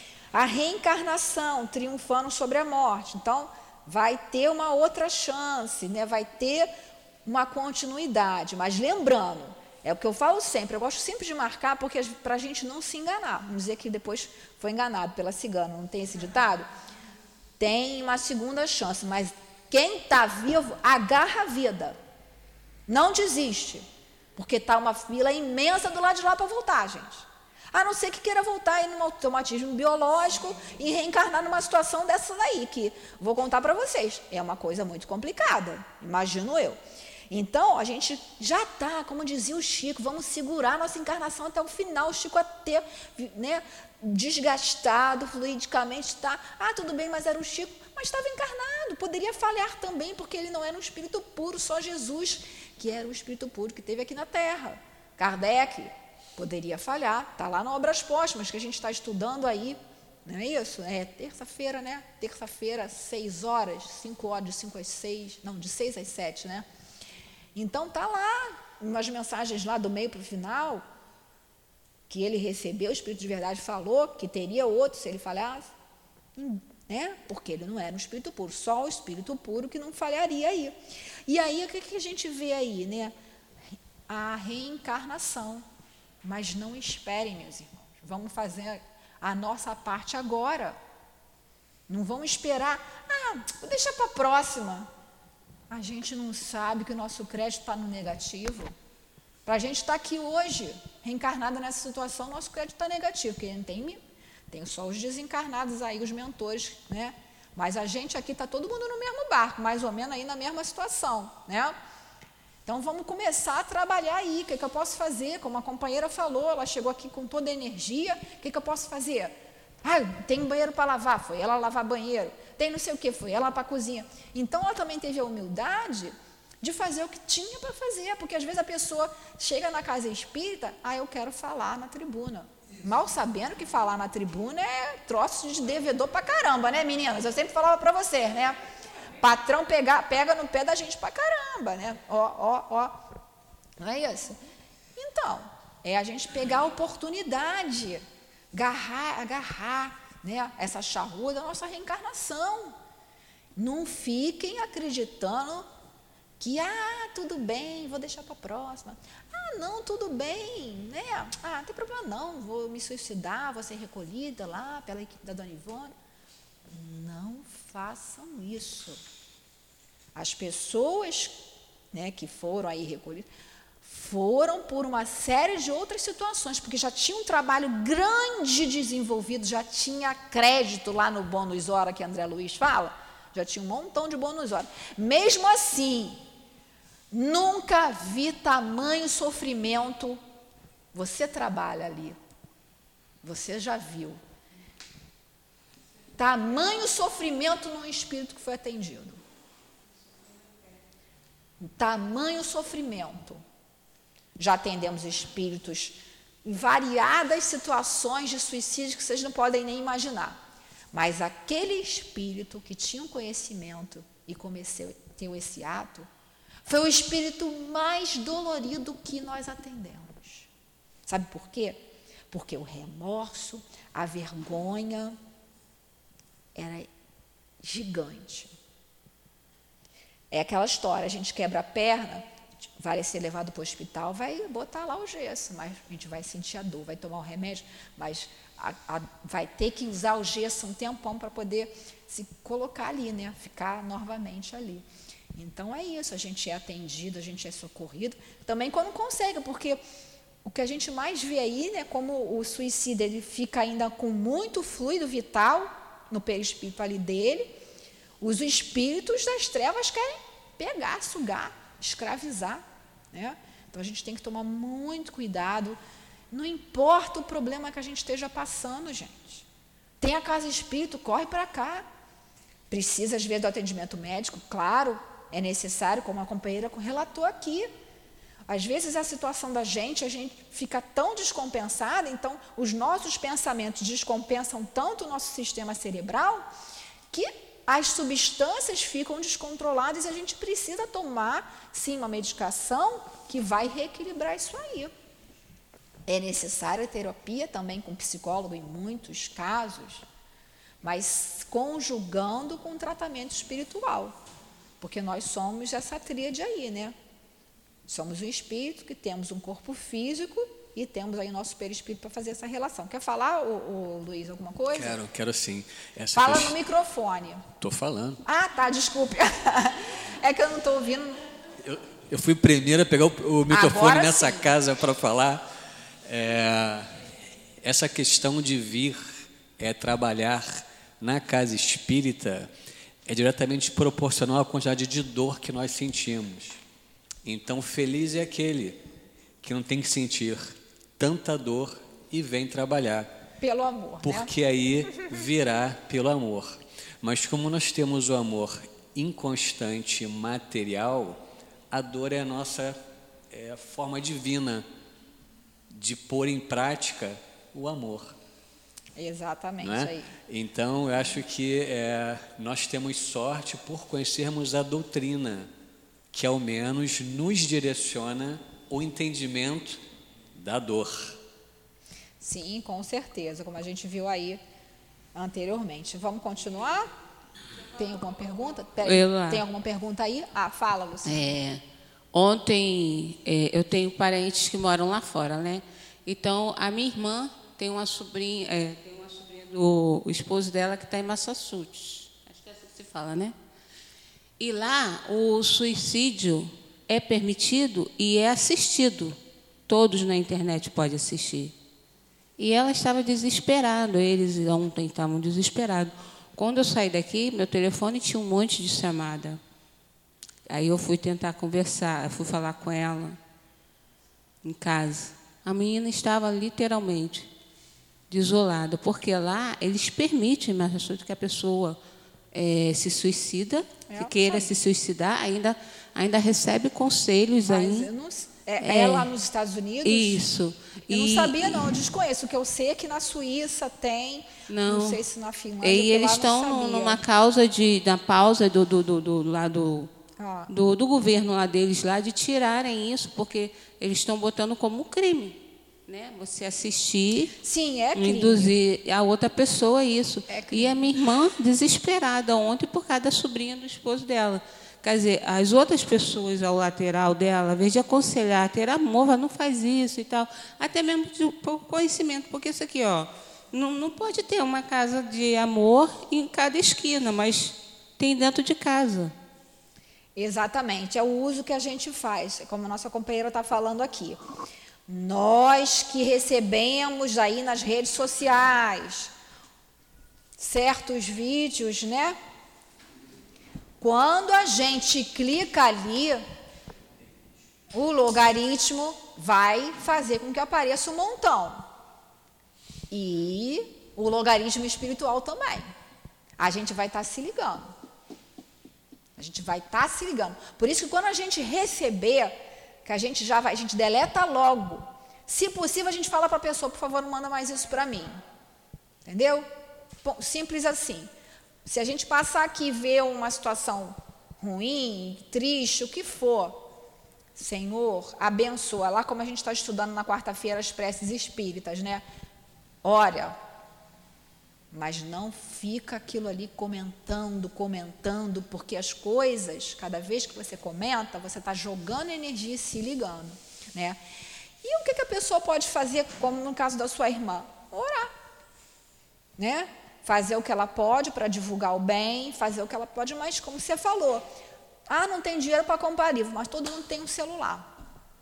A reencarnação triunfando sobre a morte, então vai ter uma outra chance, né? Vai ter uma continuidade, mas lembrando, é o que eu falo sempre, eu gosto sempre de marcar, porque para a gente não se enganar, vamos dizer que depois foi enganado pela cigana, não tem esse ditado? Tem uma segunda chance, mas quem está vivo, agarra a vida, não desiste, porque está uma fila imensa do lado de lá para voltar, gente. A não ser que queira voltar aí num automatismo biológico e reencarnar numa situação dessa daí, que vou contar para vocês, é uma coisa muito complicada, imagino eu. Então, a gente já está, como dizia o Chico, vamos segurar a nossa encarnação até o final. O Chico até, né, desgastado, fluidicamente está, ah, tudo bem, mas era o Chico, mas estava encarnado, poderia falhar também, porque ele não era um espírito puro, só Jesus, que era o espírito puro que teve aqui na Terra. Kardec poderia falhar, está lá no Obras Póstumas, que a gente está estudando aí, não é isso? É terça-feira, né? Terça-feira, seis horas, cinco horas, de cinco às seis, não, de seis às sete, né? Então, está lá, umas mensagens lá do meio para o final, que ele recebeu, o Espírito de Verdade falou que teria outro se ele falhasse, né? Porque ele não era um espírito puro, só o espírito puro que não falharia aí. E aí, o que, que a gente vê aí, né? A reencarnação. Mas não esperem, meus irmãos, vamos fazer a nossa parte agora. Não vamos esperar, ah, vou deixar para a próxima. A gente não sabe que o nosso crédito está no negativo. Para a gente estar aqui hoje, reencarnada nessa situação, nosso crédito está negativo, porque não tem, tem só os desencarnados aí, os mentores, né? Mas a gente aqui está todo mundo no mesmo barco, mais ou menos aí na mesma situação, né? Então vamos começar a trabalhar aí, o que, que eu posso fazer? Como a companheira falou, ela chegou aqui com toda a energia, o que, que eu posso fazer? Ah, tem banheiro para lavar, foi ela lavar banheiro. Tem não sei o que, foi ela para a cozinha. Então, ela também teve a humildade de fazer o que tinha para fazer, porque às vezes a pessoa chega na casa espírita, ah, eu quero falar na tribuna. Mal sabendo que falar na tribuna é troço de devedor para caramba, né, meninas? Eu sempre falava para vocês, né? Patrão pega, pega no pé da gente para caramba, né? Ó, ó, ó. Não é isso? Então, é a gente pegar a oportunidade, agarrar, agarrar, né, essa charrua da nossa reencarnação. Não fiquem acreditando que, ah, tudo bem, vou deixar para a próxima. Ah, não, tudo bem, né? Ah, não tem problema não, vou me suicidar, vou ser recolhida lá pela equipe da Dona Ivone. Não façam isso. As pessoas, né, que foram aí recolhidas, Foram por uma série de outras situações, porque já tinha um trabalho grande desenvolvido, já tinha crédito lá no bônus hora que André Luiz fala, já tinha um montão de bônus hora. Mesmo assim, nunca vi tamanho sofrimento. Você trabalha ali, você já viu. Tamanho sofrimento num espírito que foi atendido. Tamanho sofrimento. Já atendemos espíritos em variadas situações de suicídio que vocês não podem nem imaginar. Mas aquele espírito que tinha um conhecimento e começou ter esse ato, foi o espírito mais dolorido que nós atendemos. Sabe por quê? Porque o remorso, a vergonha era gigante. É aquela história, a gente quebra a perna, vai ser levado para o hospital, vai botar lá o gesso, mas a gente vai sentir a dor, vai tomar o remédio, mas a, a, vai ter que usar o gesso um tempão para poder se colocar ali, né? Ficar novamente ali. Então é isso, a gente é atendido, a gente é socorrido, também quando consegue, porque o que a gente mais vê aí, né, como o suicida ele fica ainda com muito fluido vital no perispírito ali dele, os espíritos das trevas querem pegar, sugar, escravizar, né? Então a gente tem que tomar muito cuidado, não importa o problema que a gente esteja passando, gente. Tem a casa espírito, corre para cá. Precisa, às vezes, do atendimento médico, claro, é necessário, como a companheira relatou aqui. Às vezes a situação da gente, a gente fica tão descompensada, então os nossos pensamentos descompensam tanto o nosso sistema cerebral que as substâncias ficam descontroladas e a gente precisa tomar, sim, uma medicação que vai reequilibrar isso aí. É necessária a terapia também com psicólogo em muitos casos, mas conjugando com tratamento espiritual, porque nós somos essa tríade aí, né? Somos um espírito que temos um corpo físico e temos aí o nosso perispírito para fazer essa relação. Quer falar, ô, ô, Luiz, alguma coisa? Quero, quero sim. Essa Fala questão... no microfone. Estou falando. Ah, tá, desculpe. É que eu não estou ouvindo. Eu, eu fui primeiro a pegar o, o microfone Agora nessa sim. casa para falar. É, essa questão de vir é, trabalhar na casa espírita é diretamente proporcional à quantidade de dor que nós sentimos. Então, feliz é aquele que não tem que sentir tanta dor e vem trabalhar. Pelo amor, porque né? aí virá pelo amor. Mas como nós temos o amor inconstante, material, a dor é a nossa é a forma divina de pôr em prática o amor. Exatamente, não é? Aí. Então, eu acho que é, nós temos sorte por conhecermos a doutrina, que ao menos nos direciona o entendimento da dor. Sim, com certeza, como a gente viu aí anteriormente. Vamos continuar? Tem alguma pergunta? Pera, Eu, tem alguma pergunta aí? Ah, fala, Luciana. É, ontem, é, eu tenho parentes que moram lá fora, né? Então, a minha irmã tem uma sobrinha, é, tem uma sobrinha do o esposo dela que está em Massachusetts. Acho que é assim que se fala, né? E lá, o suicídio é permitido e é assistido. Todos na internet podem assistir. E ela estava desesperada, eles ontem estavam desesperados. Quando eu saí daqui, meu telefone tinha um monte de chamada. Aí eu fui tentar conversar, eu fui falar com ela em casa. A menina estava literalmente desolada, porque lá eles permitem, mas que a pessoa é, se suicida, É, que queira se suicidar, ainda, ainda recebe conselhos Mas aí. eu não, é, é, é lá nos Estados Unidos? Isso. Eu e, não sabia, não, eu desconheço. O que eu sei é que na Suíça tem, não, não sei se na Finlândia. E eles estão numa causa de, na pausa do, do, do, do lado ah. do, do governo lá deles, lá, de tirarem isso, porque eles estão botando como crime. Né? Você assistir, sim, é crime. Induzir a outra pessoa isso. É crime. E a minha irmã, desesperada ontem por causa da sobrinha do esposo dela. Quer dizer, as outras pessoas ao lateral dela, ao invés de aconselhar, ter amor, não faz isso e tal, até mesmo por conhecimento, porque isso aqui, ó, não, não pode ter uma casa de amor em cada esquina, mas tem dentro de casa. Exatamente, é o uso que a gente faz, como a nossa companheira está falando aqui. Nós que recebemos aí nas redes sociais certos vídeos, né? Quando a gente clica ali, o logaritmo vai fazer com que apareça um montão. E o logaritmo espiritual também. A gente vai estar se ligando. A gente vai estar se ligando. Por isso que quando a gente receber, que a gente já vai, a gente deleta logo. Se possível, a gente fala para a pessoa, por favor, não manda mais isso para mim. Entendeu? Simples assim. Se a gente passar aqui e ver uma situação ruim, triste, o que for, Senhor, abençoa. Lá como a gente está estudando na quarta-feira as preces espíritas, né? Ora, mas não fica aquilo ali comentando, comentando, porque as coisas, cada vez que você comenta, você está jogando energia e se ligando, né? E o que, que a pessoa pode fazer, como no caso da sua irmã? Orar, né? Fazer o que ela pode para divulgar o bem, fazer o que ela pode, mas como você falou, ah, não tem dinheiro para comprar livro, mas todo mundo tem um celular.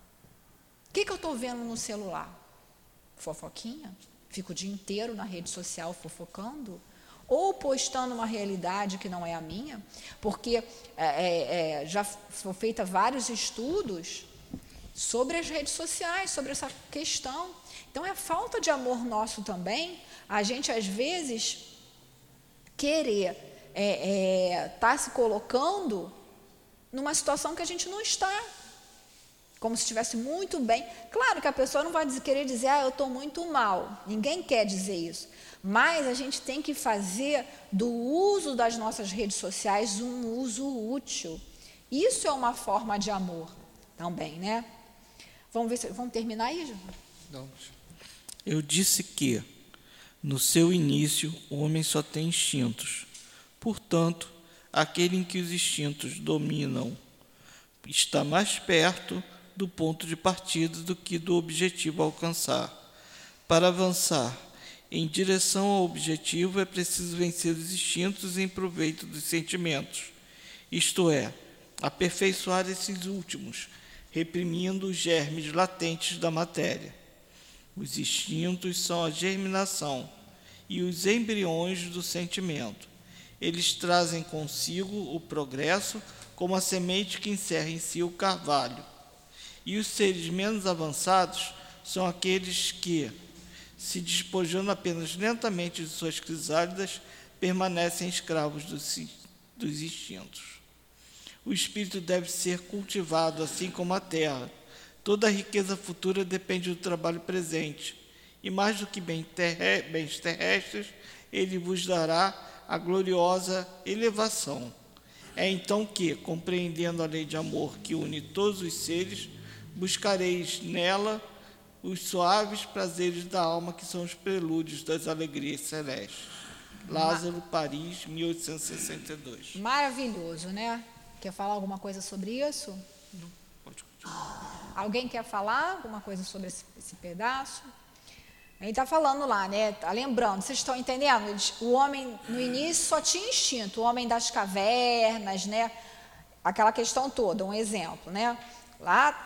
O que, que eu estou vendo no celular? Fofoquinha? Fico o dia inteiro na rede social fofocando? Ou postando uma realidade que não é a minha? Porque é, é, já foram feitos vários estudos sobre as redes sociais, sobre essa questão. Então, é falta de amor nosso também, a gente, às vezes, querer estar é, é, tá se colocando numa situação que a gente não está, como se estivesse muito bem. Claro que a pessoa não vai querer dizer, ah, eu estou muito mal, ninguém quer dizer isso, mas a gente tem que fazer do uso das nossas redes sociais um uso útil. Isso é uma forma de amor também, né? Vamos ver se vamos terminar aí, João? Não. Eu disse que, no seu início, o homem só tem instintos. Portanto, aquele em que os instintos dominam está mais perto do ponto de partida do que do objetivo a alcançar. Para avançar em direção ao objetivo, é preciso vencer os instintos em proveito dos sentimentos, isto é, aperfeiçoar esses últimos, reprimindo os germes latentes da matéria. Os instintos são a germinação e os embriões do sentimento. Eles trazem consigo o progresso como a semente que encerra em si o carvalho. E os seres menos avançados são aqueles que, se despojando apenas lentamente de suas crisálidas, permanecem escravos dos, dos instintos. O espírito deve ser cultivado, assim como a terra. Toda a riqueza futura depende do trabalho presente. E mais do que bens terrestres, ele vos dará a gloriosa elevação. É então que, compreendendo a lei de amor que une todos os seres, buscareis nela os suaves prazeres da alma, que são os prelúdios das alegrias celestes. Lázaro, Paris, mil oitocentos e sessenta e dois. Maravilhoso, né? Quer falar alguma coisa sobre isso? Não, pode continuar. Alguém quer falar alguma coisa sobre esse, esse pedaço? Ele está falando lá, né? Tá lembrando, vocês estão entendendo? O homem, no início, só tinha instinto. O homem das cavernas, né? Aquela questão toda, um exemplo, né? Lá,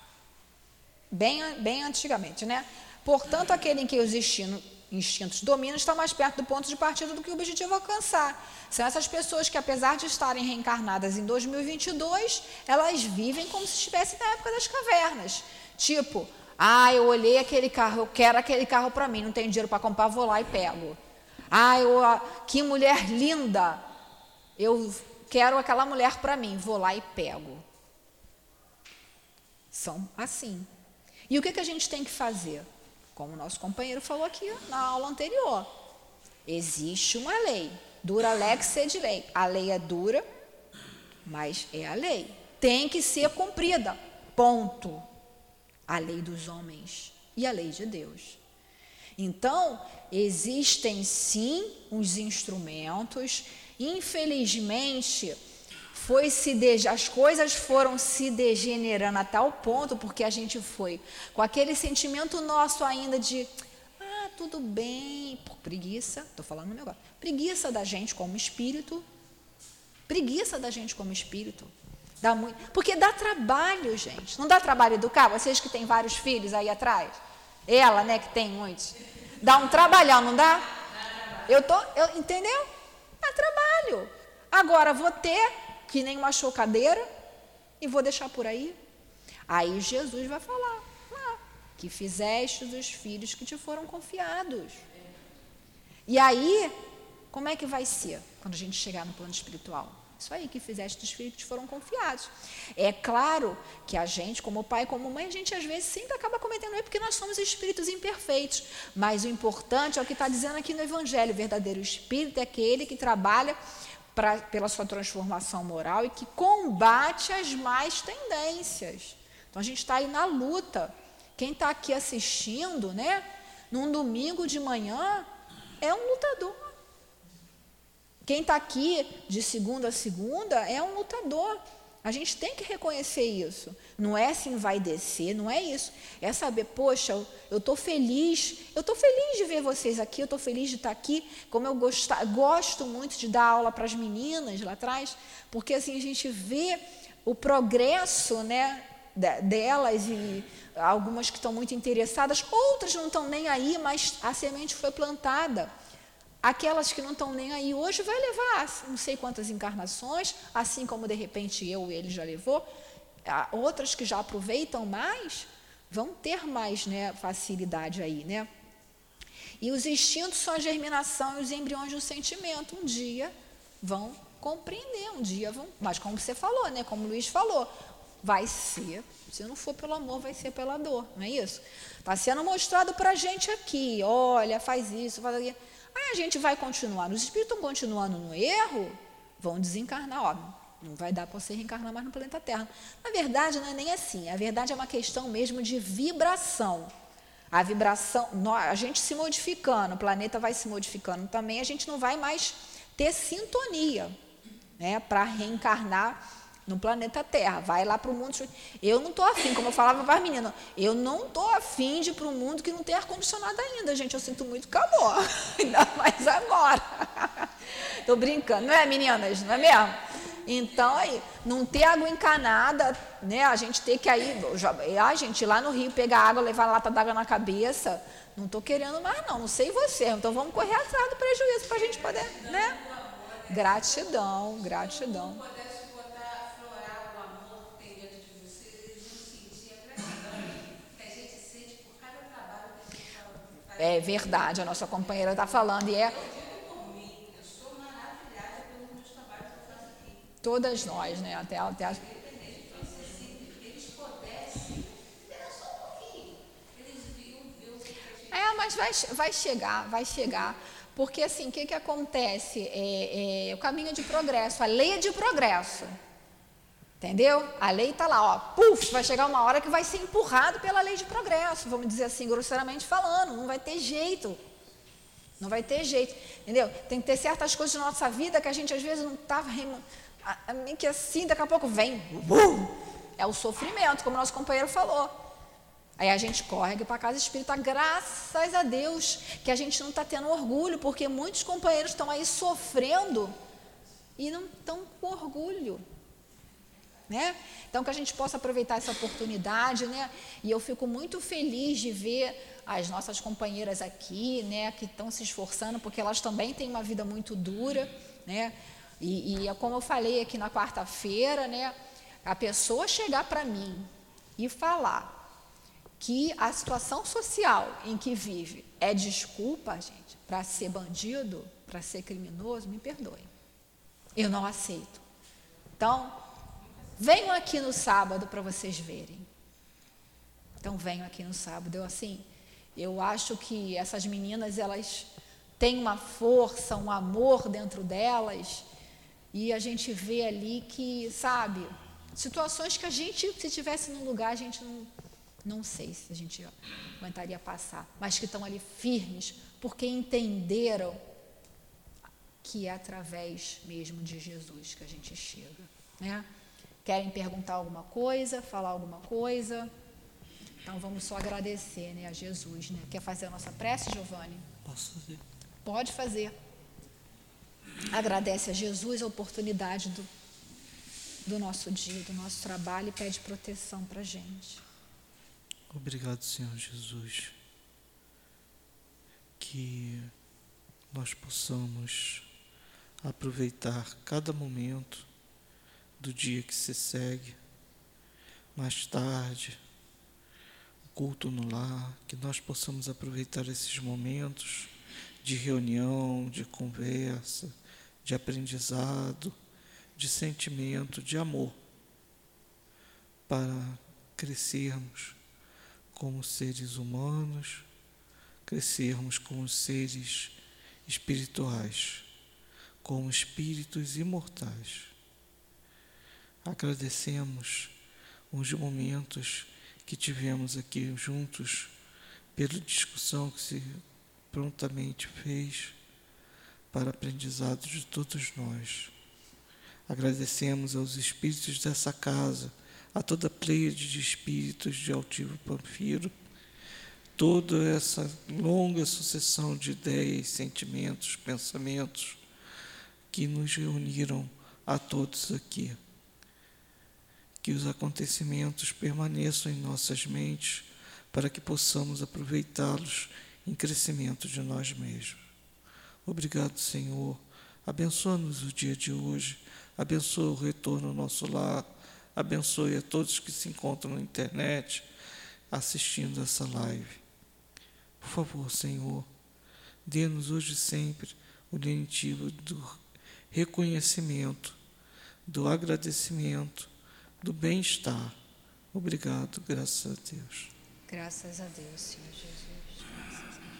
bem, bem antigamente, né? Portanto, aquele em que os instintos, instintos dominam está mais perto do ponto de partida do que o objetivo a alcançar. São essas pessoas que, apesar de estarem reencarnadas em dois mil e vinte e dois, elas vivem como se estivessem na época das cavernas. Tipo, ah, eu olhei aquele carro, eu quero aquele carro para mim, não tenho dinheiro para comprar, vou lá e pego. Ah, eu, que mulher linda, eu quero aquela mulher para mim, vou lá e pego. São assim. E o que, que a gente tem que fazer? Como o nosso companheiro falou aqui na aula anterior, existe uma lei, dura lex sed lei. A lei é dura, mas é a lei. Tem que ser cumprida, ponto. A lei dos homens e a lei de Deus. Então, existem sim os instrumentos, infelizmente, foi se de, as coisas foram se degenerando a tal ponto, porque a gente foi com aquele sentimento nosso ainda de, ah, tudo bem, por preguiça, estou falando no meu agora, preguiça da gente como espírito, preguiça da gente como espírito. Dá muito, porque dá trabalho, gente. Não dá trabalho educar? Vocês que têm vários filhos aí atrás? Ela, né, que tem muitos. Dá um trabalhão, não dá? Eu tô, eu, entendeu? Dá trabalho. Agora, vou ter que nem uma chocadeira e vou deixar por aí. Aí Jesus vai falar, ah, que fizeste dos filhos que te foram confiados. E aí, como é que vai ser quando a gente chegar no plano espiritual? Isso aí, que fizeste dos filhos que te foram confiados. É claro que a gente, como pai, como mãe, a gente às vezes sempre acaba cometendo erro, porque nós somos espíritos imperfeitos. Mas o importante é o que está dizendo aqui no Evangelho. O verdadeiro espírito é aquele que trabalha pra, pela sua transformação moral e que combate as más tendências. Então a gente está aí na luta. Quem está aqui assistindo, né, num domingo de manhã, é um lutador. Quem está aqui de segunda a segunda é um lutador. A gente tem que reconhecer isso. Não é se envaidecer, não é isso. É saber, poxa, eu estou feliz, eu estou feliz de ver vocês aqui, eu estou feliz de estar aqui, como eu gosto, gosto muito de dar aula para as meninas lá atrás, porque assim a gente vê o progresso, né, delas, e algumas que estão muito interessadas, outras não estão nem aí, mas a semente foi plantada. Aquelas que não estão nem aí hoje vai levar não sei quantas encarnações, assim como de repente eu, ele já levou. Outras que já aproveitam mais, vão ter mais, né, facilidade aí, né? E os instintos são a germinação e os embriões do sentimento. Um dia vão compreender, um dia vão... Mas como você falou, né, como o Luiz falou, vai ser, se não for pelo amor, vai ser pela dor, não é isso? Está sendo mostrado para a gente aqui, olha, faz isso, faz aquilo. Aí a gente vai continuar, os espíritos estão continuando no erro, vão desencarnar, ó, não vai dar para você reencarnar mais no planeta Terra. Na verdade, não é nem assim, a verdade é uma questão mesmo de vibração. A vibração, a gente se modificando, o planeta vai se modificando também, a gente não vai mais ter sintonia, né, para reencarnar no planeta Terra, vai lá para o mundo. Eu não estou afim, como eu falava para as meninas, eu não estou afim de ir para um mundo que não tem ar-condicionado ainda, gente, eu sinto muito calor, ainda mais agora. Estou brincando, não é, meninas? Não é mesmo? Então, aí, não ter água encanada, né, a gente ter que aí, a gente ir lá no Rio pegar água, levar a lata d'água na cabeça, não estou querendo mais não, não sei você, então vamos correr atrás do prejuízo para a gente poder, né? Gratidão, gratidão. É verdade, a nossa companheira está falando, e é... Todas nós, né? Até, até as... É, mas vai, vai chegar, vai chegar. Porque, assim, o que, que acontece? É, é, o caminho de progresso, a lei é de progresso. Entendeu? A lei está lá, ó, puf, vai chegar uma hora que vai ser empurrado pela lei de progresso, vamos dizer assim, grosseiramente falando, não vai ter jeito, não vai ter jeito, entendeu? Tem que ter certas coisas na nossa vida que a gente às vezes não está, meio que assim, daqui a pouco vem, uh, é o sofrimento, como o nosso companheiro falou. Aí a gente corre para a casa espírita, graças a Deus, que a gente não está tendo orgulho, porque muitos companheiros estão aí sofrendo e não estão com orgulho. Né? Então, que a gente possa aproveitar essa oportunidade, né? E eu fico muito feliz de ver as nossas companheiras aqui, né, que estão se esforçando, porque elas também têm uma vida muito dura, né? E, e como eu falei aqui na quarta-feira, né, a pessoa chegar para mim e falar que a situação social em que vive é desculpa, gente, para ser bandido, para ser criminoso, me perdoe. Eu não aceito. Então, venham aqui no sábado para vocês verem. Então, venham aqui no sábado. Eu, assim, eu acho que essas meninas, elas têm uma força, um amor dentro delas, e a gente vê ali que, sabe, situações que a gente, se tivesse num lugar, a gente não, não sei se a gente aguentaria passar, mas que estão ali firmes, porque entenderam que é através mesmo de Jesus que a gente chega, né? Querem perguntar alguma coisa, falar alguma coisa? Então, vamos só agradecer, né, a Jesus, né? Quer fazer a nossa prece, Giovanni? Posso fazer? Pode fazer. Agradece a Jesus a oportunidade do, do nosso dia, do nosso trabalho e pede proteção para a gente. Obrigado, Senhor Jesus, que nós possamos aproveitar cada momento do dia que se segue, mais tarde, o culto no lar, que nós possamos aproveitar esses momentos de reunião, de conversa, de aprendizado, de sentimento, de amor, para crescermos como seres humanos, crescermos como seres espirituais, como espíritos imortais. Agradecemos os momentos que tivemos aqui juntos, pela discussão que se prontamente fez para aprendizado de todos nós. Agradecemos aos espíritos dessa casa, a toda a pleiade de espíritos de Altivo Panfiro, toda essa longa sucessão de ideias, sentimentos, pensamentos que nos reuniram a todos aqui. Que os acontecimentos permaneçam em nossas mentes para que possamos aproveitá-los em crescimento de nós mesmos. Obrigado, Senhor. Abençoa-nos o dia de hoje. Abençoa o retorno ao nosso lar. Abençoe a todos que se encontram na internet assistindo essa live. Por favor, Senhor, dê-nos hoje e sempre o lenitivo do reconhecimento, do agradecimento, do bem-estar. Obrigado, graças a Deus. Graças a Deus, Senhor Jesus. Graças a Deus.